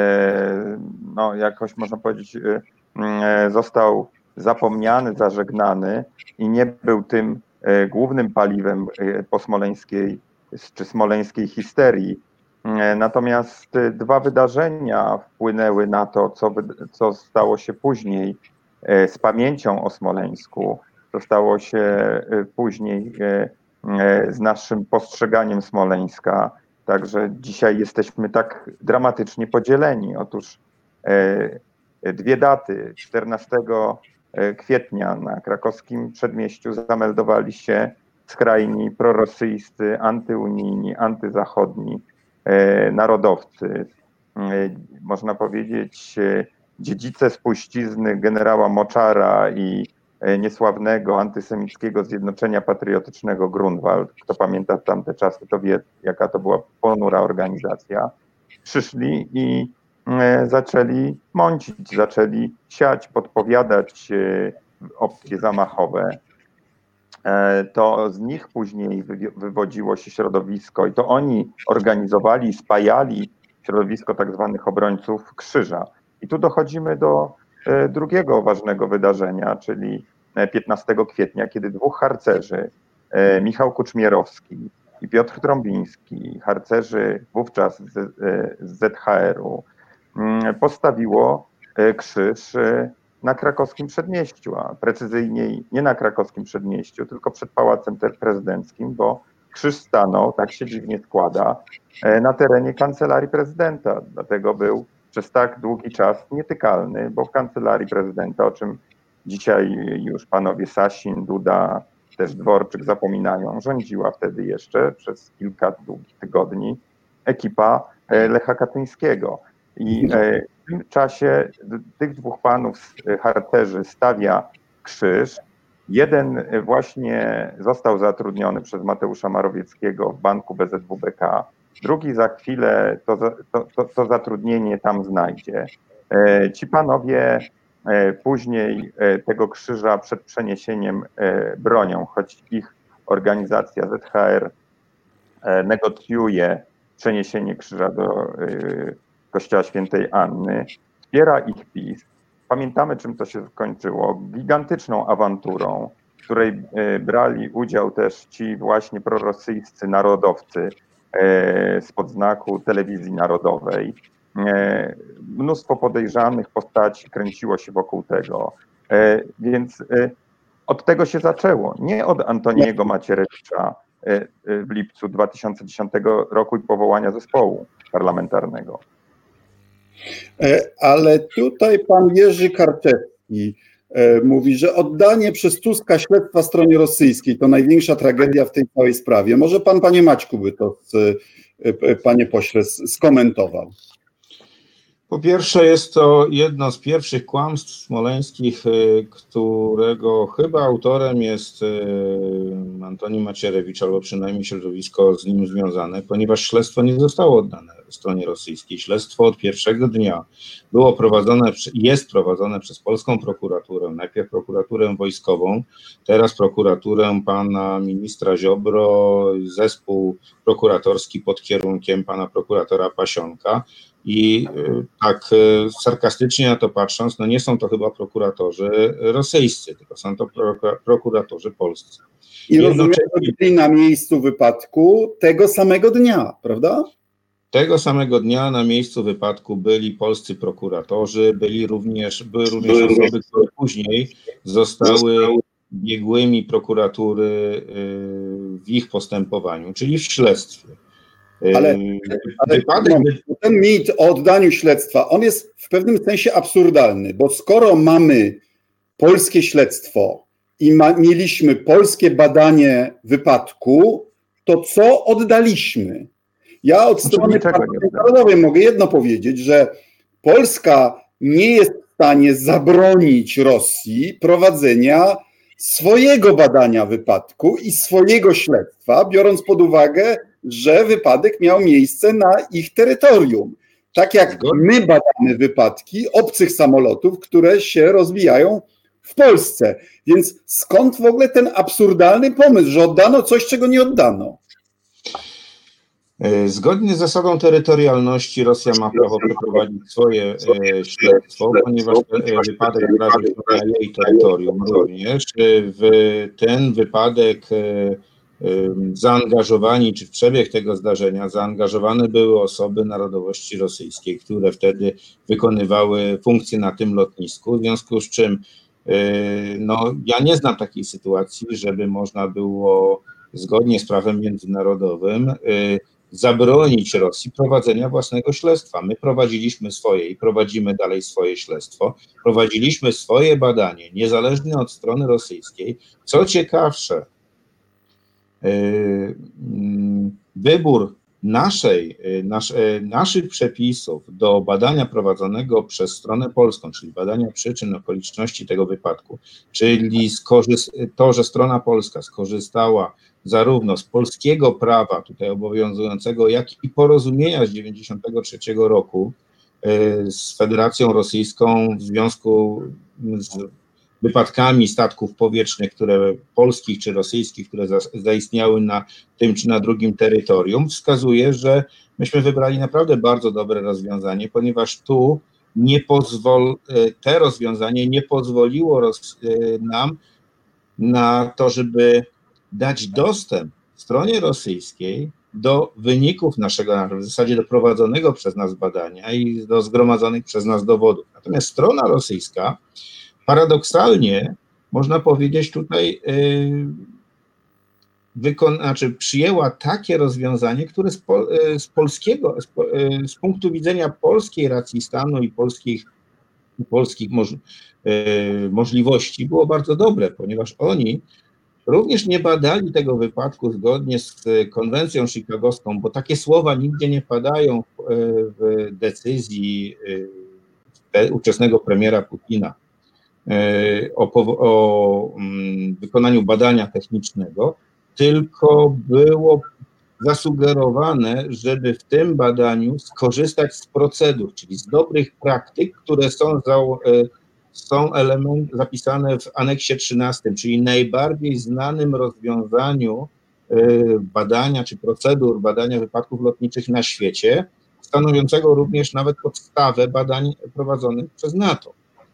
Speaker 3: jakoś można powiedzieć został zapomniany, zażegnany i nie był tym głównym paliwem posmoleńskiej czy smoleńskiej histerii. Natomiast dwa wydarzenia wpłynęły na to, co stało się później z pamięcią o Smoleńsku, co stało się później z naszym postrzeganiem Smoleńska. Także dzisiaj jesteśmy tak dramatycznie podzieleni. Otóż dwie daty. 14 kwietnia na krakowskim przedmieściu zameldowali się skrajni, prorosyjscy, antyunijni, antyzachodni narodowcy, można powiedzieć dziedzice spuścizny generała Moczara i niesławnego antysemickiego Zjednoczenia Patriotycznego Grunwald. Kto pamięta tamte czasy, to wie, jaka to była ponura organizacja. Przyszli i zaczęli mącić, zaczęli siać, podpowiadać opcje zamachowe. To z nich później wywodziło się środowisko i to oni organizowali, spajali środowisko tak zwanych obrońców krzyża. I tu dochodzimy do drugiego ważnego wydarzenia, czyli 15 kwietnia, kiedy dwóch harcerzy, Michał Kuczmierowski i Piotr Trąbiński, harcerzy wówczas z ZHR-u, postawiło krzyż na krakowskim przedmieściu, a precyzyjniej nie na krakowskim przedmieściu, tylko przed Pałacem Prezydenckim, bo krzyż stanął, tak się dziwnie składa, na terenie Kancelarii Prezydenta. Dlatego był przez tak długi czas nietykalny, bo w Kancelarii Prezydenta, o czym dzisiaj już panowie Sasin, Duda, też Dworczyk zapominają, rządziła wtedy jeszcze przez kilka długich tygodni ekipa Lecha Kaczyńskiego. I w tym czasie tych dwóch panów harcerzy stawia krzyż. Jeden właśnie został zatrudniony przez Mateusza Morawieckiego w banku BZWBK, drugi za chwilę to zatrudnienie tam znajdzie. Ci panowie później tego krzyża przed przeniesieniem bronią, choć ich organizacja ZHR negocjuje przeniesienie krzyża do Kościoła Świętej Anny, wspiera ich PiS. Pamiętamy, czym to się skończyło. Gigantyczną awanturą, w której brali udział też ci właśnie prorosyjscy narodowcy spod znaku Telewizji Narodowej. Mnóstwo podejrzanych postaci kręciło się wokół tego. Więc od tego się zaczęło. Nie od Antoniego Macierewicza w lipcu 2010 roku i powołania zespołu parlamentarnego.
Speaker 1: Ale tutaj pan Jerzy Karczewski mówi, że oddanie przez Tuska śledztwa stronie rosyjskiej to największa tragedia w tej całej sprawie. Może pan, panie Maćku, by to, panie pośle, skomentował.
Speaker 2: Po pierwsze, jest to jedno z pierwszych kłamstw smoleńskich, którego chyba autorem jest Antoni Macierewicz, albo przynajmniej środowisko z nim związane, ponieważ śledztwo nie zostało oddane stronie rosyjskiej. Śledztwo od pierwszego dnia było prowadzone, jest prowadzone przez polską prokuraturę, najpierw prokuraturę wojskową, teraz prokuraturę pana ministra Ziobro, zespół prokuratorski pod kierunkiem pana prokuratora Pasionka. I tak sarkastycznie na to patrząc, no nie są to chyba prokuratorzy rosyjscy, tylko są to prokuratorzy polscy.
Speaker 1: I rozumiem, że byli na miejscu wypadku tego samego dnia, prawda?
Speaker 2: Tego samego dnia na miejscu wypadku byli polscy prokuratorzy, były również osoby, które później zostały biegłymi prokuratury w ich postępowaniu, czyli w śledztwie.
Speaker 1: Ale ten mit o oddaniu śledztwa, on jest w pewnym sensie absurdalny, bo skoro mamy polskie śledztwo i mieliśmy polskie badanie wypadku, to co oddaliśmy? Ja od strony narodowej mogę jedno powiedzieć, że Polska nie jest w stanie zabronić Rosji prowadzenia swojego badania wypadku i swojego śledztwa, biorąc pod uwagę, że wypadek miał miejsce na ich terytorium. Tak jak my badamy wypadki obcych samolotów, które się rozwijają w Polsce. Więc skąd w ogóle ten absurdalny pomysł, że oddano coś, czego nie oddano?
Speaker 2: Zgodnie z zasadą terytorialności Rosja ma prawo przeprowadzić swoje śledztwo, ponieważ wypadek zdarzył się na jej terytorium również. W ten wypadek zaangażowani, czy w przebieg tego zdarzenia zaangażowane były osoby narodowości rosyjskiej, które wtedy wykonywały funkcje na tym lotnisku, w związku z czym no, ja nie znam takiej sytuacji, żeby można było zgodnie z prawem międzynarodowym zabronić Rosji prowadzenia własnego śledztwa. My prowadziliśmy swoje i prowadzimy dalej swoje śledztwo. Prowadziliśmy swoje badanie, niezależnie od strony rosyjskiej. Co ciekawsze, wybór naszych przepisów do badania prowadzonego przez stronę polską, czyli badania przyczyn, okoliczności tego wypadku, czyli to, że strona polska skorzystała zarówno z polskiego prawa tutaj obowiązującego, jak i porozumienia z 1993 roku z Federacją Rosyjską w związku z wypadkami statków powietrznych, które polskich czy rosyjskich, które zaistniały na tym czy na drugim terytorium, wskazuje, że myśmy wybrali naprawdę bardzo dobre rozwiązanie, ponieważ tu te rozwiązanie nie pozwoliło nam na to, żeby dać dostęp stronie rosyjskiej do wyników w zasadzie do prowadzonego przez nas badania i do zgromadzonych przez nas dowodów. Natomiast strona rosyjska paradoksalnie, można powiedzieć, tutaj przyjęła takie rozwiązanie, które z punktu widzenia polskiej racji stanu i polskich możliwości było bardzo dobre, ponieważ oni również nie badali tego wypadku zgodnie z konwencją chicagowską, bo takie słowa nigdzie nie padają w decyzji ówczesnego premiera Putina o wykonaniu badania technicznego, tylko było zasugerowane, żeby w tym badaniu skorzystać z procedur, czyli z dobrych praktyk, które są zapisane w aneksie 13, czyli najbardziej znanym rozwiązaniu badania czy procedur badania wypadków lotniczych na świecie, stanowiącego również nawet podstawę badań prowadzonych przez NATO.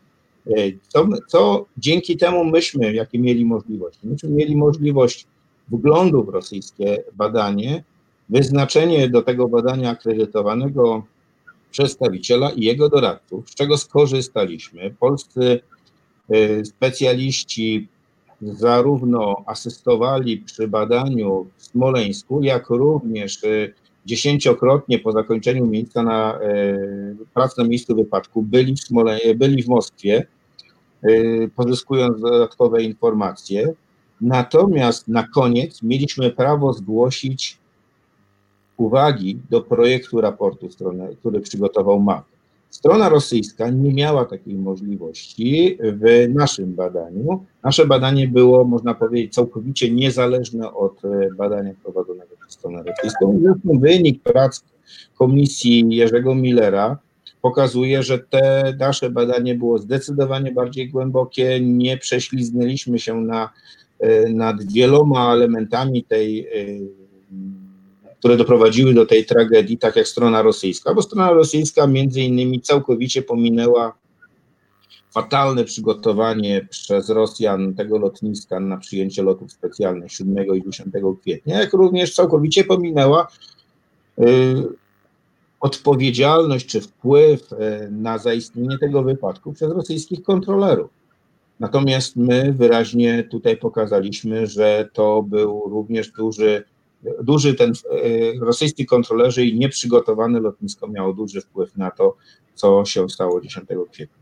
Speaker 2: Co dzięki temu jakie mieli możliwość? Myśmy mieli możliwość wglądu w rosyjskie badanie, wyznaczenie do tego badania akredytowanego przedstawiciela i jego doradców, z czego skorzystaliśmy. Polscy specjaliści zarówno asystowali przy badaniu w Smoleńsku, jak również 10-krotnie po zakończeniu prac na miejscu wypadku byli w Moskwie, pozyskując dodatkowe informacje. Natomiast na koniec mieliśmy prawo zgłosić uwagi do projektu raportu który przygotował MAK. Strona rosyjska nie miała takiej możliwości w naszym badaniu. Nasze badanie było, można powiedzieć, całkowicie niezależne od badania prowadzonego przez stronę rosyjską. Zresztą wynik prac komisji Jerzego Millera pokazuje, że nasze badanie było zdecydowanie bardziej głębokie, nie prześliznęliśmy się nad wieloma elementami które doprowadziły do tej tragedii, tak jak strona rosyjska, bo strona rosyjska między innymi całkowicie pominęła fatalne przygotowanie przez Rosjan tego lotniska na przyjęcie lotów specjalnych 7 i 10 kwietnia, jak również całkowicie pominęła odpowiedzialność czy wpływ na zaistnienie tego wypadku przez rosyjskich kontrolerów. Natomiast my wyraźnie tutaj pokazaliśmy, że to był również rosyjscy kontrolerzy i nieprzygotowane lotnisko miało duży wpływ na to, co się stało 10 kwietnia.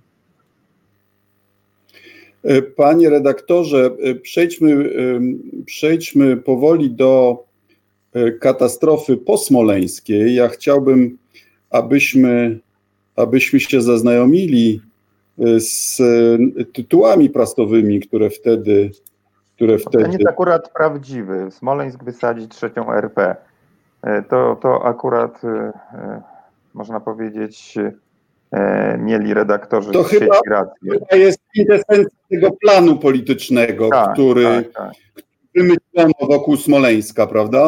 Speaker 1: Panie redaktorze, przejdźmy powoli do katastrofy posmoleńskiej. Ja chciałbym, abyśmy się zaznajomili z tytułami prasowymi, które wtedy...
Speaker 3: To jest akurat prawdziwy. Smoleńsk wysadzi 3. RP. To akurat można powiedzieć mieli redaktorzy
Speaker 1: to
Speaker 3: sieci rację.
Speaker 1: To jest kwintesencja tego planu politycznego, który wymyślono wokół Smoleńska, prawda?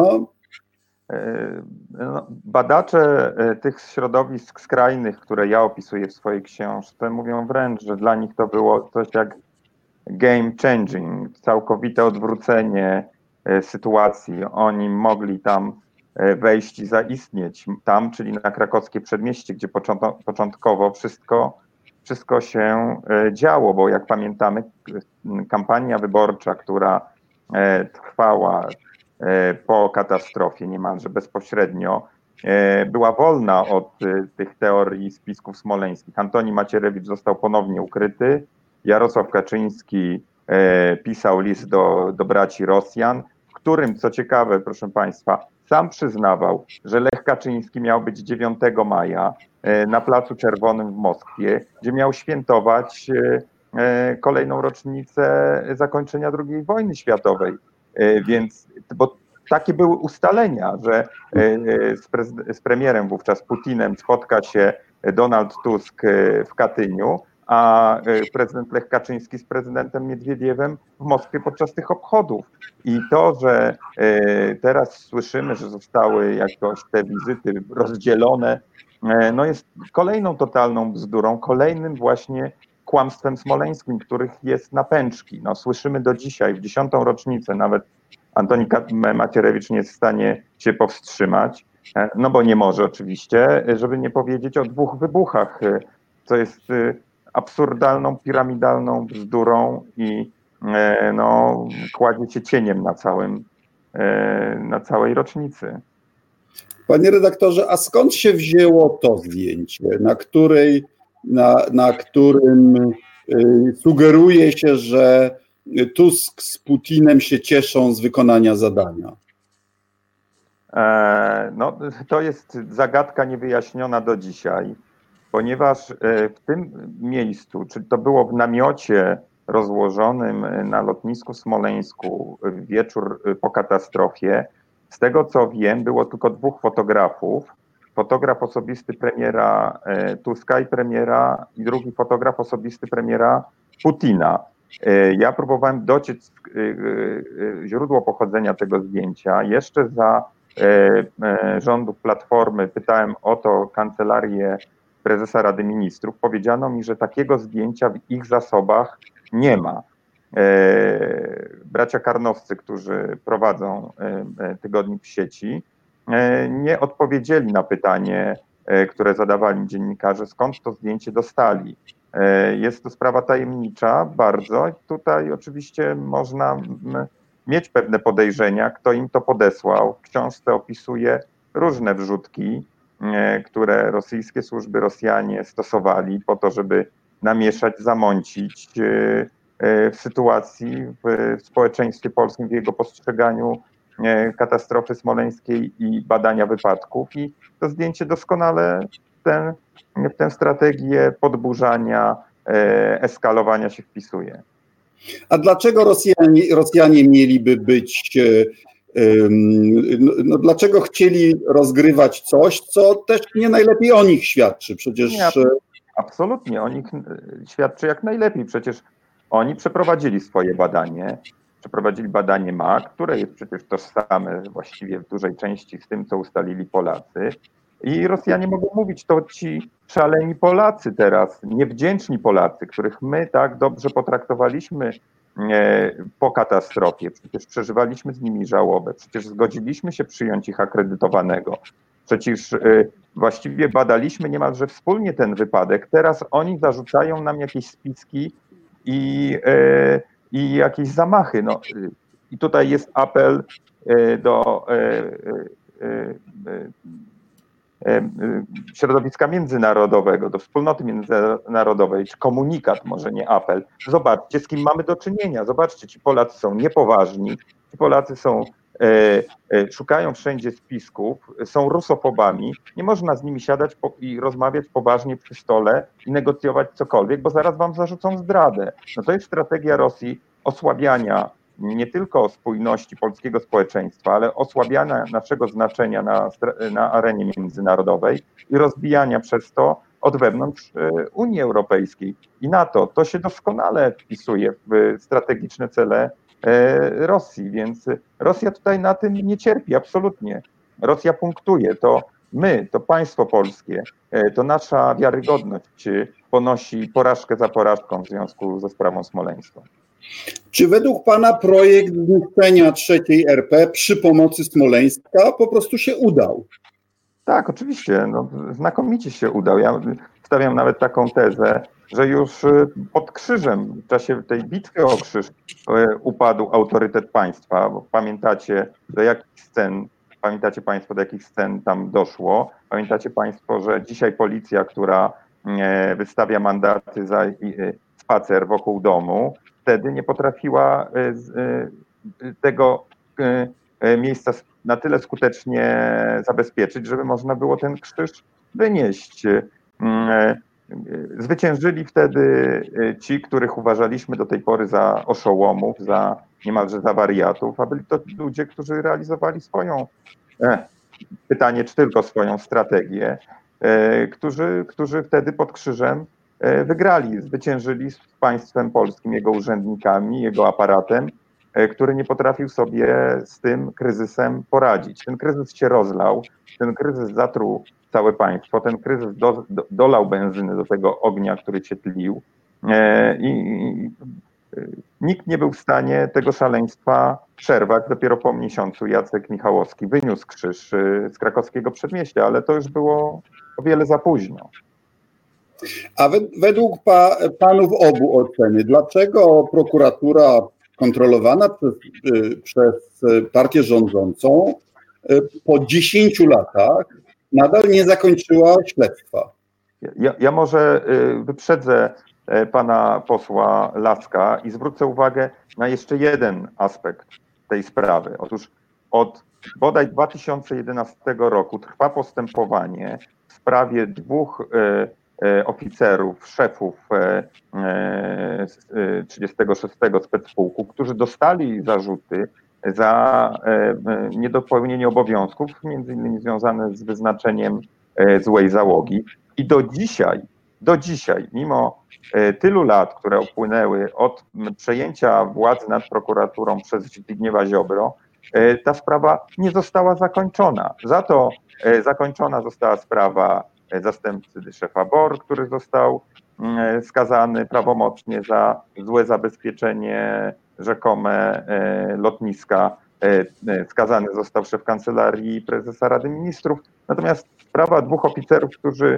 Speaker 3: Badacze tych środowisk skrajnych, które ja opisuję w swojej książce, mówią wręcz, że dla nich to było coś jak game changing, całkowite odwrócenie sytuacji. Oni mogli tam wejść i zaistnieć tam, czyli na krakowskie przedmieście, gdzie początkowo wszystko się działo, bo jak pamiętamy, kampania wyborcza, która trwała po katastrofie niemalże bezpośrednio, była wolna od tych teorii spisków smoleńskich. Antoni Macierewicz został ponownie ukryty, Jarosław Kaczyński pisał list do braci Rosjan, którym, co ciekawe, proszę Państwa, sam przyznawał, że Lech Kaczyński miał być 9 maja na Placu Czerwonym w Moskwie, gdzie miał świętować kolejną rocznicę zakończenia II wojny światowej. Więc, bo takie były ustalenia, że z premierem wówczas Putinem spotka się Donald Tusk w Katyniu, a prezydent Lech Kaczyński z prezydentem Miedwiediewem w Moskwie podczas tych obchodów. I to, że teraz słyszymy, że zostały jakoś te wizyty rozdzielone, no jest kolejną totalną bzdurą, kolejnym właśnie kłamstwem smoleńskim, których jest na pęczki. No, słyszymy do dzisiaj, w 10. rocznicę, nawet Antoni Macierewicz nie jest w stanie się powstrzymać, no bo nie może oczywiście, żeby nie powiedzieć o 2 wybuchach, co jest absurdalną, piramidalną bzdurą i no, kładzie się cieniem na całej rocznicy.
Speaker 1: Panie redaktorze, a skąd się wzięło to zdjęcie, na którym sugeruje się, że Tusk z Putinem się cieszą z wykonania zadania?
Speaker 3: No, to jest zagadka niewyjaśniona do dzisiaj, ponieważ w tym miejscu, czy to było w namiocie rozłożonym na lotnisku w Smoleńsku w wieczór po katastrofie, z tego co wiem, było tylko 2 fotografów. Fotograf osobisty premiera Tuska i drugi fotograf osobisty premiera Putina. Ja próbowałem dociec źródło pochodzenia tego zdjęcia. Jeszcze za rządów Platformy pytałem o to kancelarię prezesa Rady Ministrów. Powiedziano mi, że takiego zdjęcia w ich zasobach nie ma. Bracia Karnowscy, którzy prowadzą tygodnik w sieci, nie odpowiedzieli na pytanie, które zadawali dziennikarze, skąd to zdjęcie dostali. Jest to sprawa tajemnicza bardzo. Tutaj oczywiście można mieć pewne podejrzenia, kto im to podesłał. W książce opisuje różne wrzutki, które rosyjskie służby, Rosjanie stosowali po to, żeby namieszać, zamącić w sytuacji w społeczeństwie polskim, w jego postrzeganiu katastrofy smoleńskiej i badania wypadków. I to zdjęcie doskonale w tę strategię podburzania, eskalowania się wpisuje.
Speaker 1: A dlaczego Rosjanie mieliby być, no dlaczego chcieli rozgrywać coś, co też nie najlepiej o nich świadczy? Przecież... Nie,
Speaker 3: absolutnie, o nich świadczy jak najlepiej. Przecież oni przeprowadzili swoje badanie, przeprowadzili badanie MAK, które jest przecież tożsame właściwie w dużej części z tym, co ustalili Polacy. I Rosjanie mogą mówić, to ci szaleni Polacy teraz, niewdzięczni Polacy, których my tak dobrze potraktowaliśmy po katastrofie. Przecież przeżywaliśmy z nimi żałobę, przecież zgodziliśmy się przyjąć ich akredytowanego. Przecież właściwie badaliśmy niemalże wspólnie ten wypadek. Teraz oni zarzucają nam jakieś spiski i jakieś zamachy. No, i tutaj jest apel do środowiska międzynarodowego, do wspólnoty międzynarodowej, czy komunikat, może nie apel. Zobaczcie, z kim mamy do czynienia. Zobaczcie, ci Polacy są niepoważni, ci Polacy szukają wszędzie spisków, są rusofobami. Nie można z nimi siadać i rozmawiać poważnie przy stole i negocjować cokolwiek, bo zaraz wam zarzucą zdradę. No to jest strategia Rosji osłabiania nie tylko spójności polskiego społeczeństwa, ale osłabiania naszego znaczenia na arenie międzynarodowej i rozbijania przez to od wewnątrz Unii Europejskiej i NATO. To się doskonale wpisuje w strategiczne cele Rosji, więc Rosja tutaj na tym nie cierpi, absolutnie. Rosja punktuje, to my, to państwo polskie, to nasza wiarygodność ponosi porażkę za porażką w związku ze sprawą smoleńską.
Speaker 1: Czy według pana projekt zniszczenia III RP przy pomocy Smoleńska po prostu się udał?
Speaker 3: Tak, oczywiście, no, znakomicie się udał. Ja stawiam nawet taką tezę, że już pod Krzyżem, w czasie tej bitwy o Krzyż upadł autorytet państwa. Bo pamiętacie Państwo, do jakich scen tam doszło. Pamiętacie Państwo, że dzisiaj policja, która wystawia mandaty za spacer wokół domu, wtedy nie potrafiła tego miejsca na tyle skutecznie zabezpieczyć, żeby można było ten krzyż wynieść. Zwyciężyli wtedy ci, których uważaliśmy do tej pory za oszołomów, za niemalże za wariatów, a byli to ludzie, którzy realizowali swoją, pytanie czy tylko swoją strategię, którzy wtedy pod krzyżem wygrali, zwyciężyli z państwem polskim, jego urzędnikami, jego aparatem, który nie potrafił sobie z tym kryzysem poradzić. Ten kryzys się rozlał, ten kryzys zatruł całe państwo, ten kryzys dolał benzyny do tego ognia, który się tlił i nikt nie był w stanie tego szaleństwa przerwać. Dopiero po miesiącu Jacek Michałowski wyniósł krzyż z krakowskiego przedmieścia, ale to już było o wiele za późno.
Speaker 1: A według panów obu oceny, dlaczego prokuratura kontrolowana przez partię rządzącą po 10 latach nadal nie zakończyła śledztwa?
Speaker 3: Ja może wyprzedzę pana posła Laska i zwrócę uwagę na jeszcze jeden aspekt tej sprawy. Otóż od bodaj 2011 roku trwa postępowanie w sprawie dwóch oficerów, szefów 36 specpułku, którzy dostali zarzuty za niedopełnienie obowiązków, między innymi związane z wyznaczeniem złej załogi. I do dzisiaj, mimo tylu lat, które upłynęły od przejęcia władzy nad prokuraturą przez Zbigniewa Ziobro, ta sprawa nie została zakończona. Za to zakończona została sprawa zastępcy szefa BOR, który został skazany prawomocnie za złe zabezpieczenie rzekome lotniska. Skazany został szef Kancelarii Prezesa Rady Ministrów. Natomiast sprawa dwóch oficerów, którzy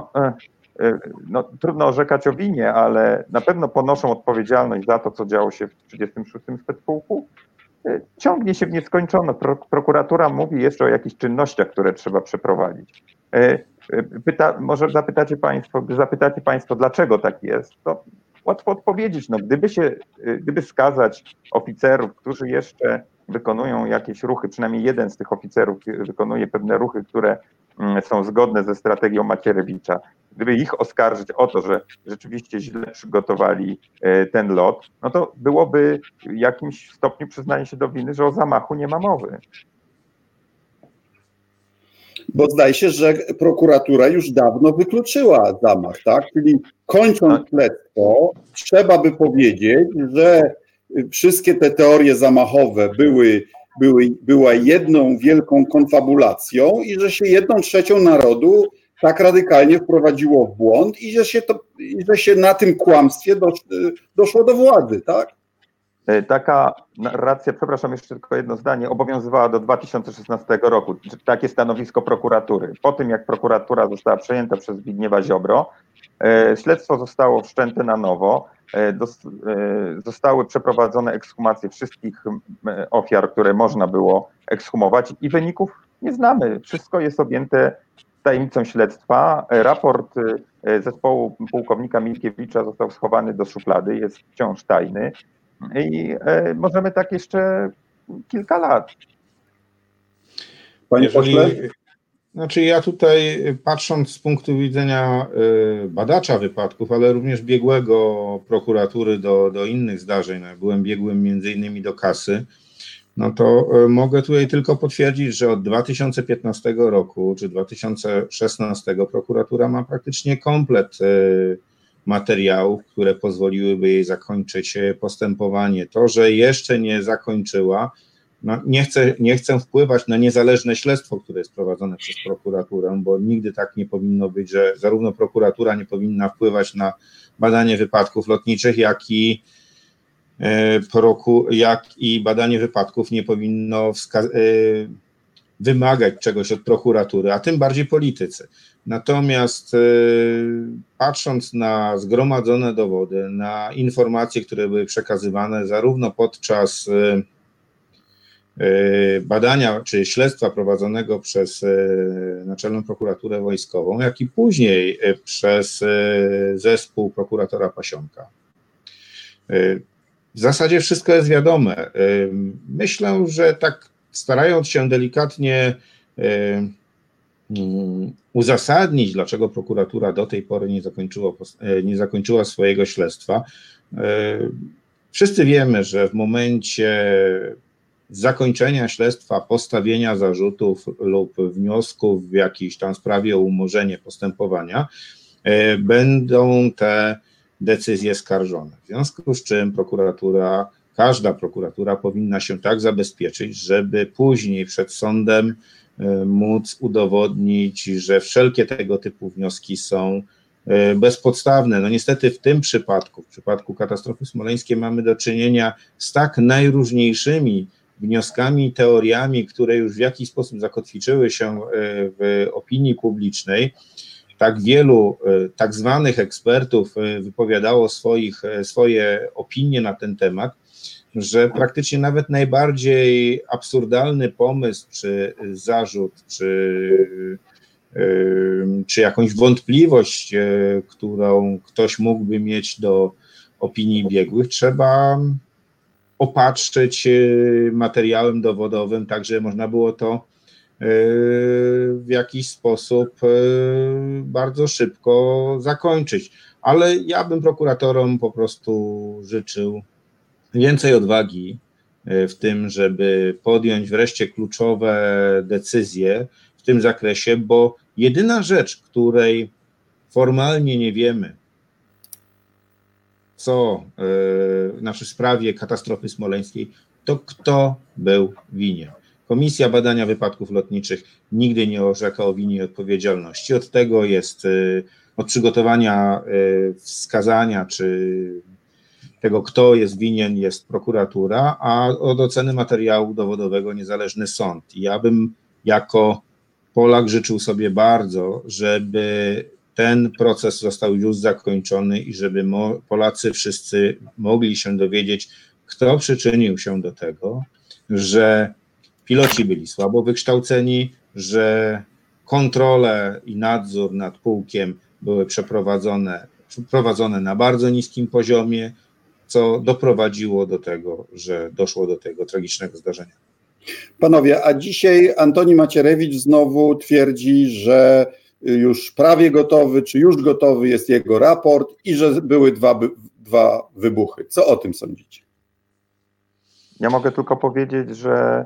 Speaker 3: trudno orzekać o winie, ale na pewno ponoszą odpowiedzialność za to, co działo się w 36 specpułku, ciągnie się w nieskończoność. Prokuratura mówi jeszcze o jakichś czynnościach, które trzeba przeprowadzić. Może zapytacie Państwo, dlaczego tak jest, to łatwo odpowiedzieć. Gdyby skazać oficerów, którzy jeszcze wykonują jakieś ruchy, przynajmniej jeden z tych oficerów wykonuje pewne ruchy, które są zgodne ze strategią Macierewicza, gdyby ich oskarżyć o to, że rzeczywiście źle przygotowali ten lot, no to byłoby w jakimś stopniu przyznanie się do winy, że o zamachu nie ma mowy.
Speaker 1: Bo zdaje się, że prokuratura już dawno wykluczyła zamach, tak? Czyli kończąc śledztwo, trzeba by powiedzieć, że wszystkie te teorie zamachowe była jedną wielką konfabulacją i że się 1/3 narodu tak radykalnie wprowadziło w błąd i że się na tym kłamstwie doszło do władzy, tak?
Speaker 3: Taka narracja, przepraszam, jeszcze tylko jedno zdanie, obowiązywała do 2016 roku. Takie stanowisko prokuratury. Po tym, jak prokuratura została przejęta przez Zbigniewa Ziobro, śledztwo zostało wszczęte na nowo. Zostały przeprowadzone ekshumacje wszystkich ofiar, które można było ekshumować i wyników nie znamy. Wszystko jest objęte tajemnicą śledztwa. Raport zespołu pułkownika Milkiewicza został schowany do szuflady, jest wciąż tajny i możemy tak jeszcze kilka lat.
Speaker 1: Panie pośle?
Speaker 2: Znaczy ja tutaj, patrząc z punktu widzenia badacza wypadków, ale również biegłego prokuratury do innych zdarzeń, byłem biegłym między innymi do kasy, no to mogę tutaj tylko potwierdzić, że od 2015 roku czy 2016 prokuratura ma praktycznie komplet materiałów, które pozwoliłyby jej zakończyć postępowanie. To, że jeszcze nie zakończyła, no nie chcę wpływać na niezależne śledztwo, które jest prowadzone przez prokuraturę, bo nigdy tak nie powinno być, że zarówno prokuratura nie powinna wpływać na badanie wypadków lotniczych, jak i badanie wypadków nie powinno wymagać czegoś od prokuratury, a tym bardziej politycy. Natomiast patrząc na zgromadzone dowody, na informacje, które były przekazywane zarówno podczas badania czy śledztwa prowadzonego przez Naczelną Prokuraturę Wojskową, jak i później przez zespół prokuratora Pasionka, W zasadzie wszystko jest wiadome. Myślę, że tak starając się delikatnie uzasadnić, dlaczego prokuratura do tej pory nie zakończyła swojego śledztwa. Wszyscy wiemy, że w momencie zakończenia śledztwa, postawienia zarzutów lub wniosków w jakiejś tam sprawie o umorzenie postępowania, będą te decyzje skarżone. W związku z czym każda prokuratura powinna się tak zabezpieczyć, żeby później przed sądem móc udowodnić, że wszelkie tego typu wnioski są bezpodstawne. No niestety w tym przypadku, w przypadku katastrofy smoleńskiej mamy do czynienia z tak najróżniejszymi wnioskami i teoriami, które już w jakiś sposób zakotwiczyły się w opinii publicznej. Tak wielu tak zwanych ekspertów wypowiadało swoje opinie na ten temat, że praktycznie nawet najbardziej absurdalny pomysł, czy zarzut, czy jakąś wątpliwość, którą ktoś mógłby mieć do opinii biegłych, trzeba opatrzyć materiałem dowodowym, tak żeby można było to w jakiś sposób bardzo szybko zakończyć. Ale ja bym prokuratorom po prostu życzył więcej odwagi w tym, żeby podjąć wreszcie kluczowe decyzje w tym zakresie, bo jedyna rzecz, której formalnie nie wiemy, w sprawie katastrofy smoleńskiej, to kto był winien. Komisja Badania Wypadków Lotniczych nigdy nie orzeka o winie i odpowiedzialności. Od tego jest, od przygotowania wskazania, czy tego, kto jest winien, jest prokuratura, a od oceny materiału dowodowego niezależny sąd. I ja bym jako Polak życzył sobie bardzo, żeby ten proces został już zakończony i żeby Polacy wszyscy mogli się dowiedzieć, kto przyczynił się do tego, że piloci byli słabo wykształceni, że kontrole i nadzór nad pułkiem były przeprowadzone na bardzo niskim poziomie, co doprowadziło do tego, że doszło do tego tragicznego zdarzenia.
Speaker 1: Panowie, a dzisiaj Antoni Macierewicz znowu twierdzi, że już prawie gotowy, czy już gotowy jest jego raport i że były dwa wybuchy. Co o tym sądzicie?
Speaker 3: Ja mogę tylko powiedzieć, że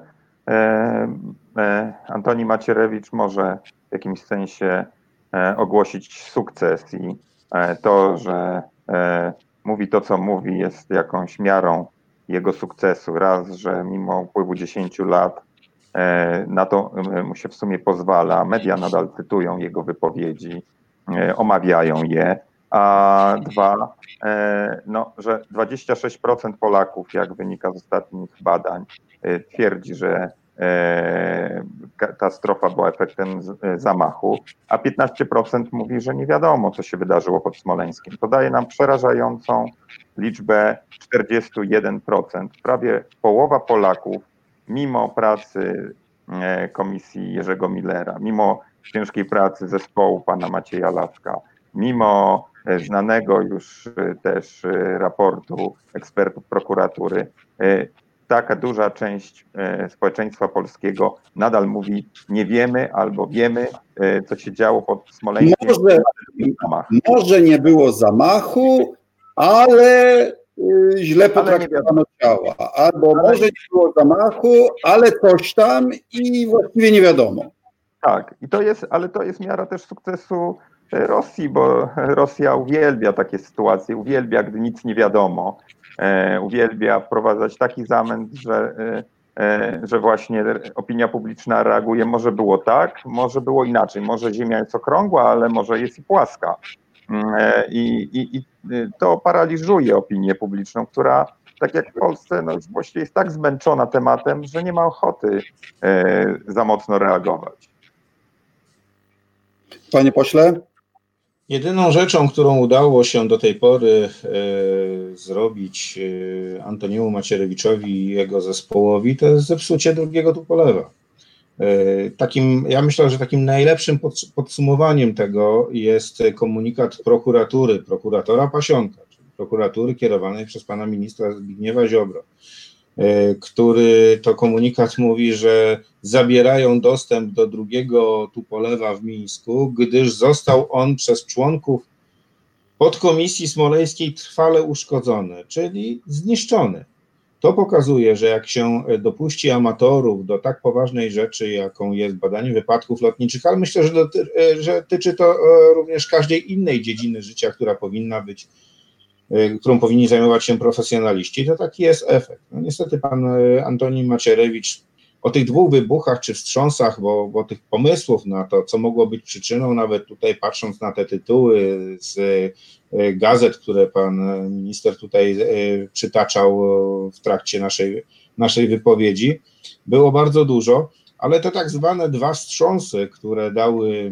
Speaker 3: Antoni Macierewicz może w jakimś sensie ogłosić sukces i to, że mówi to, co mówi, jest jakąś miarą jego sukcesu. Raz, że mimo upływu 10 lat na to mu się w sumie pozwala. Media nadal cytują jego wypowiedzi, omawiają je. A dwa, że 26% Polaków, jak wynika z ostatnich badań, twierdzi, że katastrofa była efektem zamachu, a 15% mówi, że nie wiadomo, co się wydarzyło pod Smoleńskiem. To daje nam przerażającą liczbę 41%. Prawie połowa Polaków, mimo pracy komisji Jerzego Millera, mimo ciężkiej pracy zespołu pana Macieja Laska, mimo znanego już też raportu ekspertów prokuratury, taka duża część społeczeństwa polskiego nadal mówi, nie wiemy albo wiemy, co się działo pod Smoleńskiem.
Speaker 1: Może nie było zamachu, ale źle potraktowano ciała. Albo może nie było zamachu, ale coś tam i właściwie nie wiadomo.
Speaker 3: Tak, ale to jest miara też sukcesu Rosji, bo Rosja uwielbia takie sytuacje, uwielbia, gdy nic nie wiadomo. Uwielbia wprowadzać taki zamęt, że właśnie opinia publiczna reaguje, może było tak, może było inaczej, może Ziemia jest okrągła, ale może jest i płaska. I to paraliżuje opinię publiczną, która, tak jak w Polsce, już właściwie jest tak zmęczona tematem, że nie ma ochoty za mocno reagować.
Speaker 1: Panie pośle?
Speaker 2: Jedyną rzeczą, którą udało się do tej pory zrobić Antoniemu Macierewiczowi i jego zespołowi, to jest zepsucie drugiego Tupolewa. Ja myślę, że takim najlepszym podsumowaniem tego jest komunikat prokuratora Pasionka, czyli prokuratury kierowanej przez pana ministra Zbigniewa Ziobro, który to komunikat mówi, że zabierają dostęp do drugiego Tupolewa w Mińsku, gdyż został on przez członków podkomisji smoleńskiej trwale uszkodzony, czyli zniszczony. To pokazuje, że jak się dopuści amatorów do tak poważnej rzeczy, jaką jest badanie wypadków lotniczych, ale myślę, że tyczy to również każdej innej dziedziny życia, którą powinni zajmować się profesjonaliści, to taki jest efekt. No niestety pan Antoni Macierewicz o tych dwóch wybuchach czy wstrząsach, bo tych pomysłów na to, co mogło być przyczyną, nawet tutaj patrząc na te tytuły z gazet, które pan minister tutaj przytaczał w trakcie naszej wypowiedzi, było bardzo dużo, ale te tak zwane dwa wstrząsy, które dały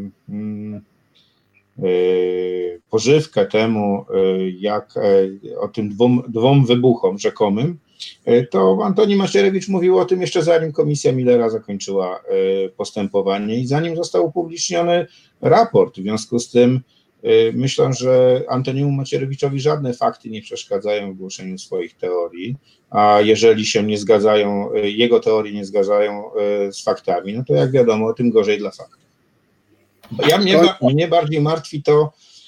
Speaker 2: pożywkę temu, jak o tym dwom wybuchom rzekomym, to Antoni Macierewicz mówił o tym jeszcze zanim komisja Millera zakończyła postępowanie i zanim został upubliczniony raport. W związku z tym myślę, że Antoniemu Macierewiczowi żadne fakty nie przeszkadzają w głoszeniu swoich teorii, a jeżeli się nie zgadzają, jego teorie nie zgadzają z faktami, no to jak wiadomo, tym gorzej dla faktów. Mnie bardziej martwi to,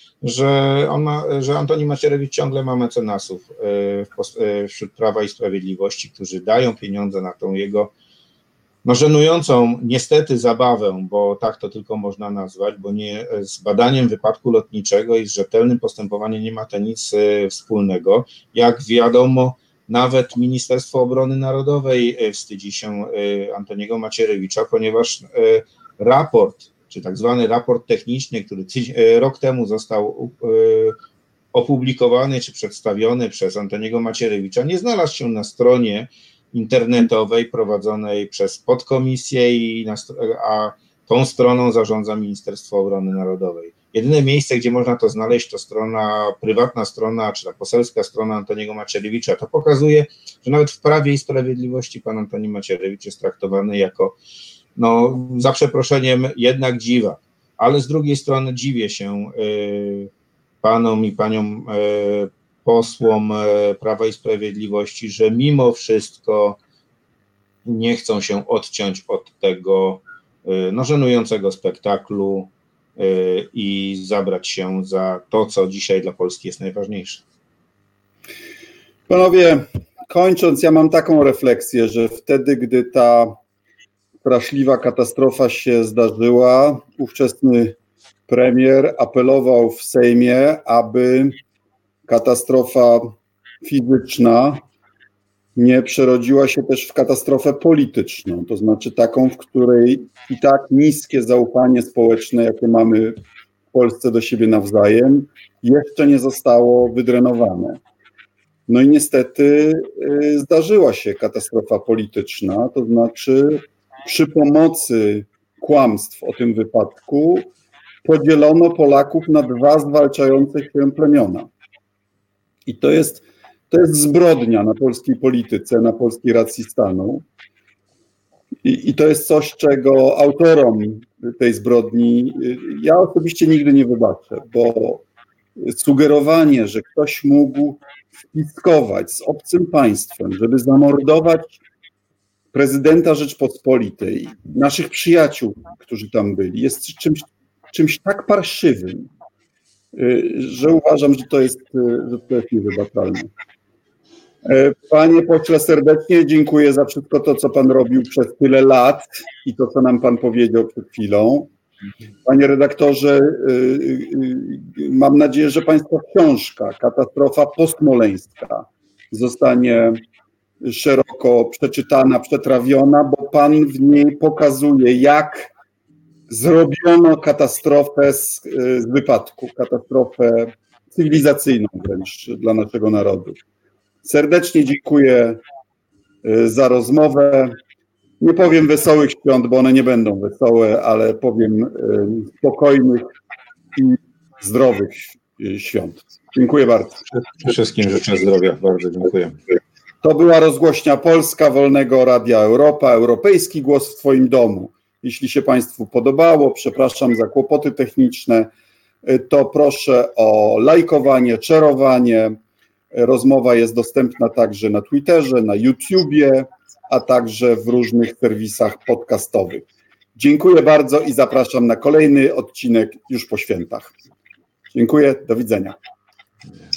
Speaker 2: że Antoni Macierewicz ciągle ma mecenasów wśród Prawa i Sprawiedliwości, którzy dają pieniądze na tą jego żenującą niestety zabawę, bo tak to tylko można nazwać, bo nie z badaniem wypadku lotniczego i z rzetelnym postępowaniem nie ma to nic wspólnego. Jak wiadomo, nawet Ministerstwo Obrony Narodowej wstydzi się Antoniego Macierewicza, ponieważ raport, czy tak zwany raport techniczny, który rok temu został opublikowany czy przedstawiony przez Antoniego Macierewicza, nie znalazł się na stronie internetowej prowadzonej przez podkomisję, a tą stroną zarządza Ministerstwo Obrony Narodowej. Jedyne miejsce, gdzie można to znaleźć, to prywatna strona, czy ta poselska strona Antoniego Macierewicza. To pokazuje, że nawet w Prawie i Sprawiedliwości pan Antoni Macierewicz jest traktowany jako, za przeproszeniem, jednak dziwak. Ale z drugiej strony dziwię się panom i paniom posłom Prawa i Sprawiedliwości, że mimo wszystko nie chcą się odciąć od tego żenującego spektaklu i zabrać się za to, co dzisiaj dla Polski jest najważniejsze.
Speaker 1: Panowie, kończąc, ja mam taką refleksję, że wtedy, gdy ta straszliwa katastrofa się zdarzyła, ówczesny premier apelował w Sejmie, aby katastrofa fizyczna nie przerodziła się też w katastrofę polityczną, to znaczy taką, w której i tak niskie zaufanie społeczne, jakie mamy w Polsce do siebie nawzajem, jeszcze nie zostało wydrenowane. No i niestety zdarzyła się katastrofa polityczna, to znaczy przy pomocy kłamstw o tym wypadku podzielono Polaków na dwa zwalczające się plemiona. I to jest zbrodnia na polskiej polityce, na polskiej racji stanu. I to jest coś, czego autorom tej zbrodni ja osobiście nigdy nie wybaczę, bo sugerowanie, że ktoś mógł spiskować z obcym państwem, żeby zamordować prezydenta Rzeczpospolitej, naszych przyjaciół, którzy tam byli, jest czymś tak parszywym, że uważam, że to jest niewybaczalne. Panie pośle, serdecznie dziękuję za wszystko to, co pan robił przez tyle lat i to, co nam pan powiedział przed chwilą. Panie redaktorze, mam nadzieję, że państwa książka Katastrofa postsmoleńska zostanie szeroko przeczytana, przetrawiona, bo pan w niej pokazuje, jak zrobiono katastrofę z wypadku, katastrofę cywilizacyjną wręcz dla naszego narodu. Serdecznie dziękuję za rozmowę. Nie powiem wesołych świąt, bo one nie będą wesołe, ale powiem spokojnych i zdrowych świąt. Dziękuję bardzo.
Speaker 2: Wszystkim życzę zdrowia. Bardzo dziękuję.
Speaker 1: To była Rozgłośnia Polska Wolnego Radia Europa, europejski głos w twoim domu. Jeśli się państwu podobało, przepraszam za kłopoty techniczne, to proszę o lajkowanie, szerowanie, Rozmowa jest dostępna także na Twitterze, na YouTubie, a także w różnych serwisach podcastowych. Dziękuję bardzo i zapraszam na kolejny odcinek już po świętach. Dziękuję, do widzenia.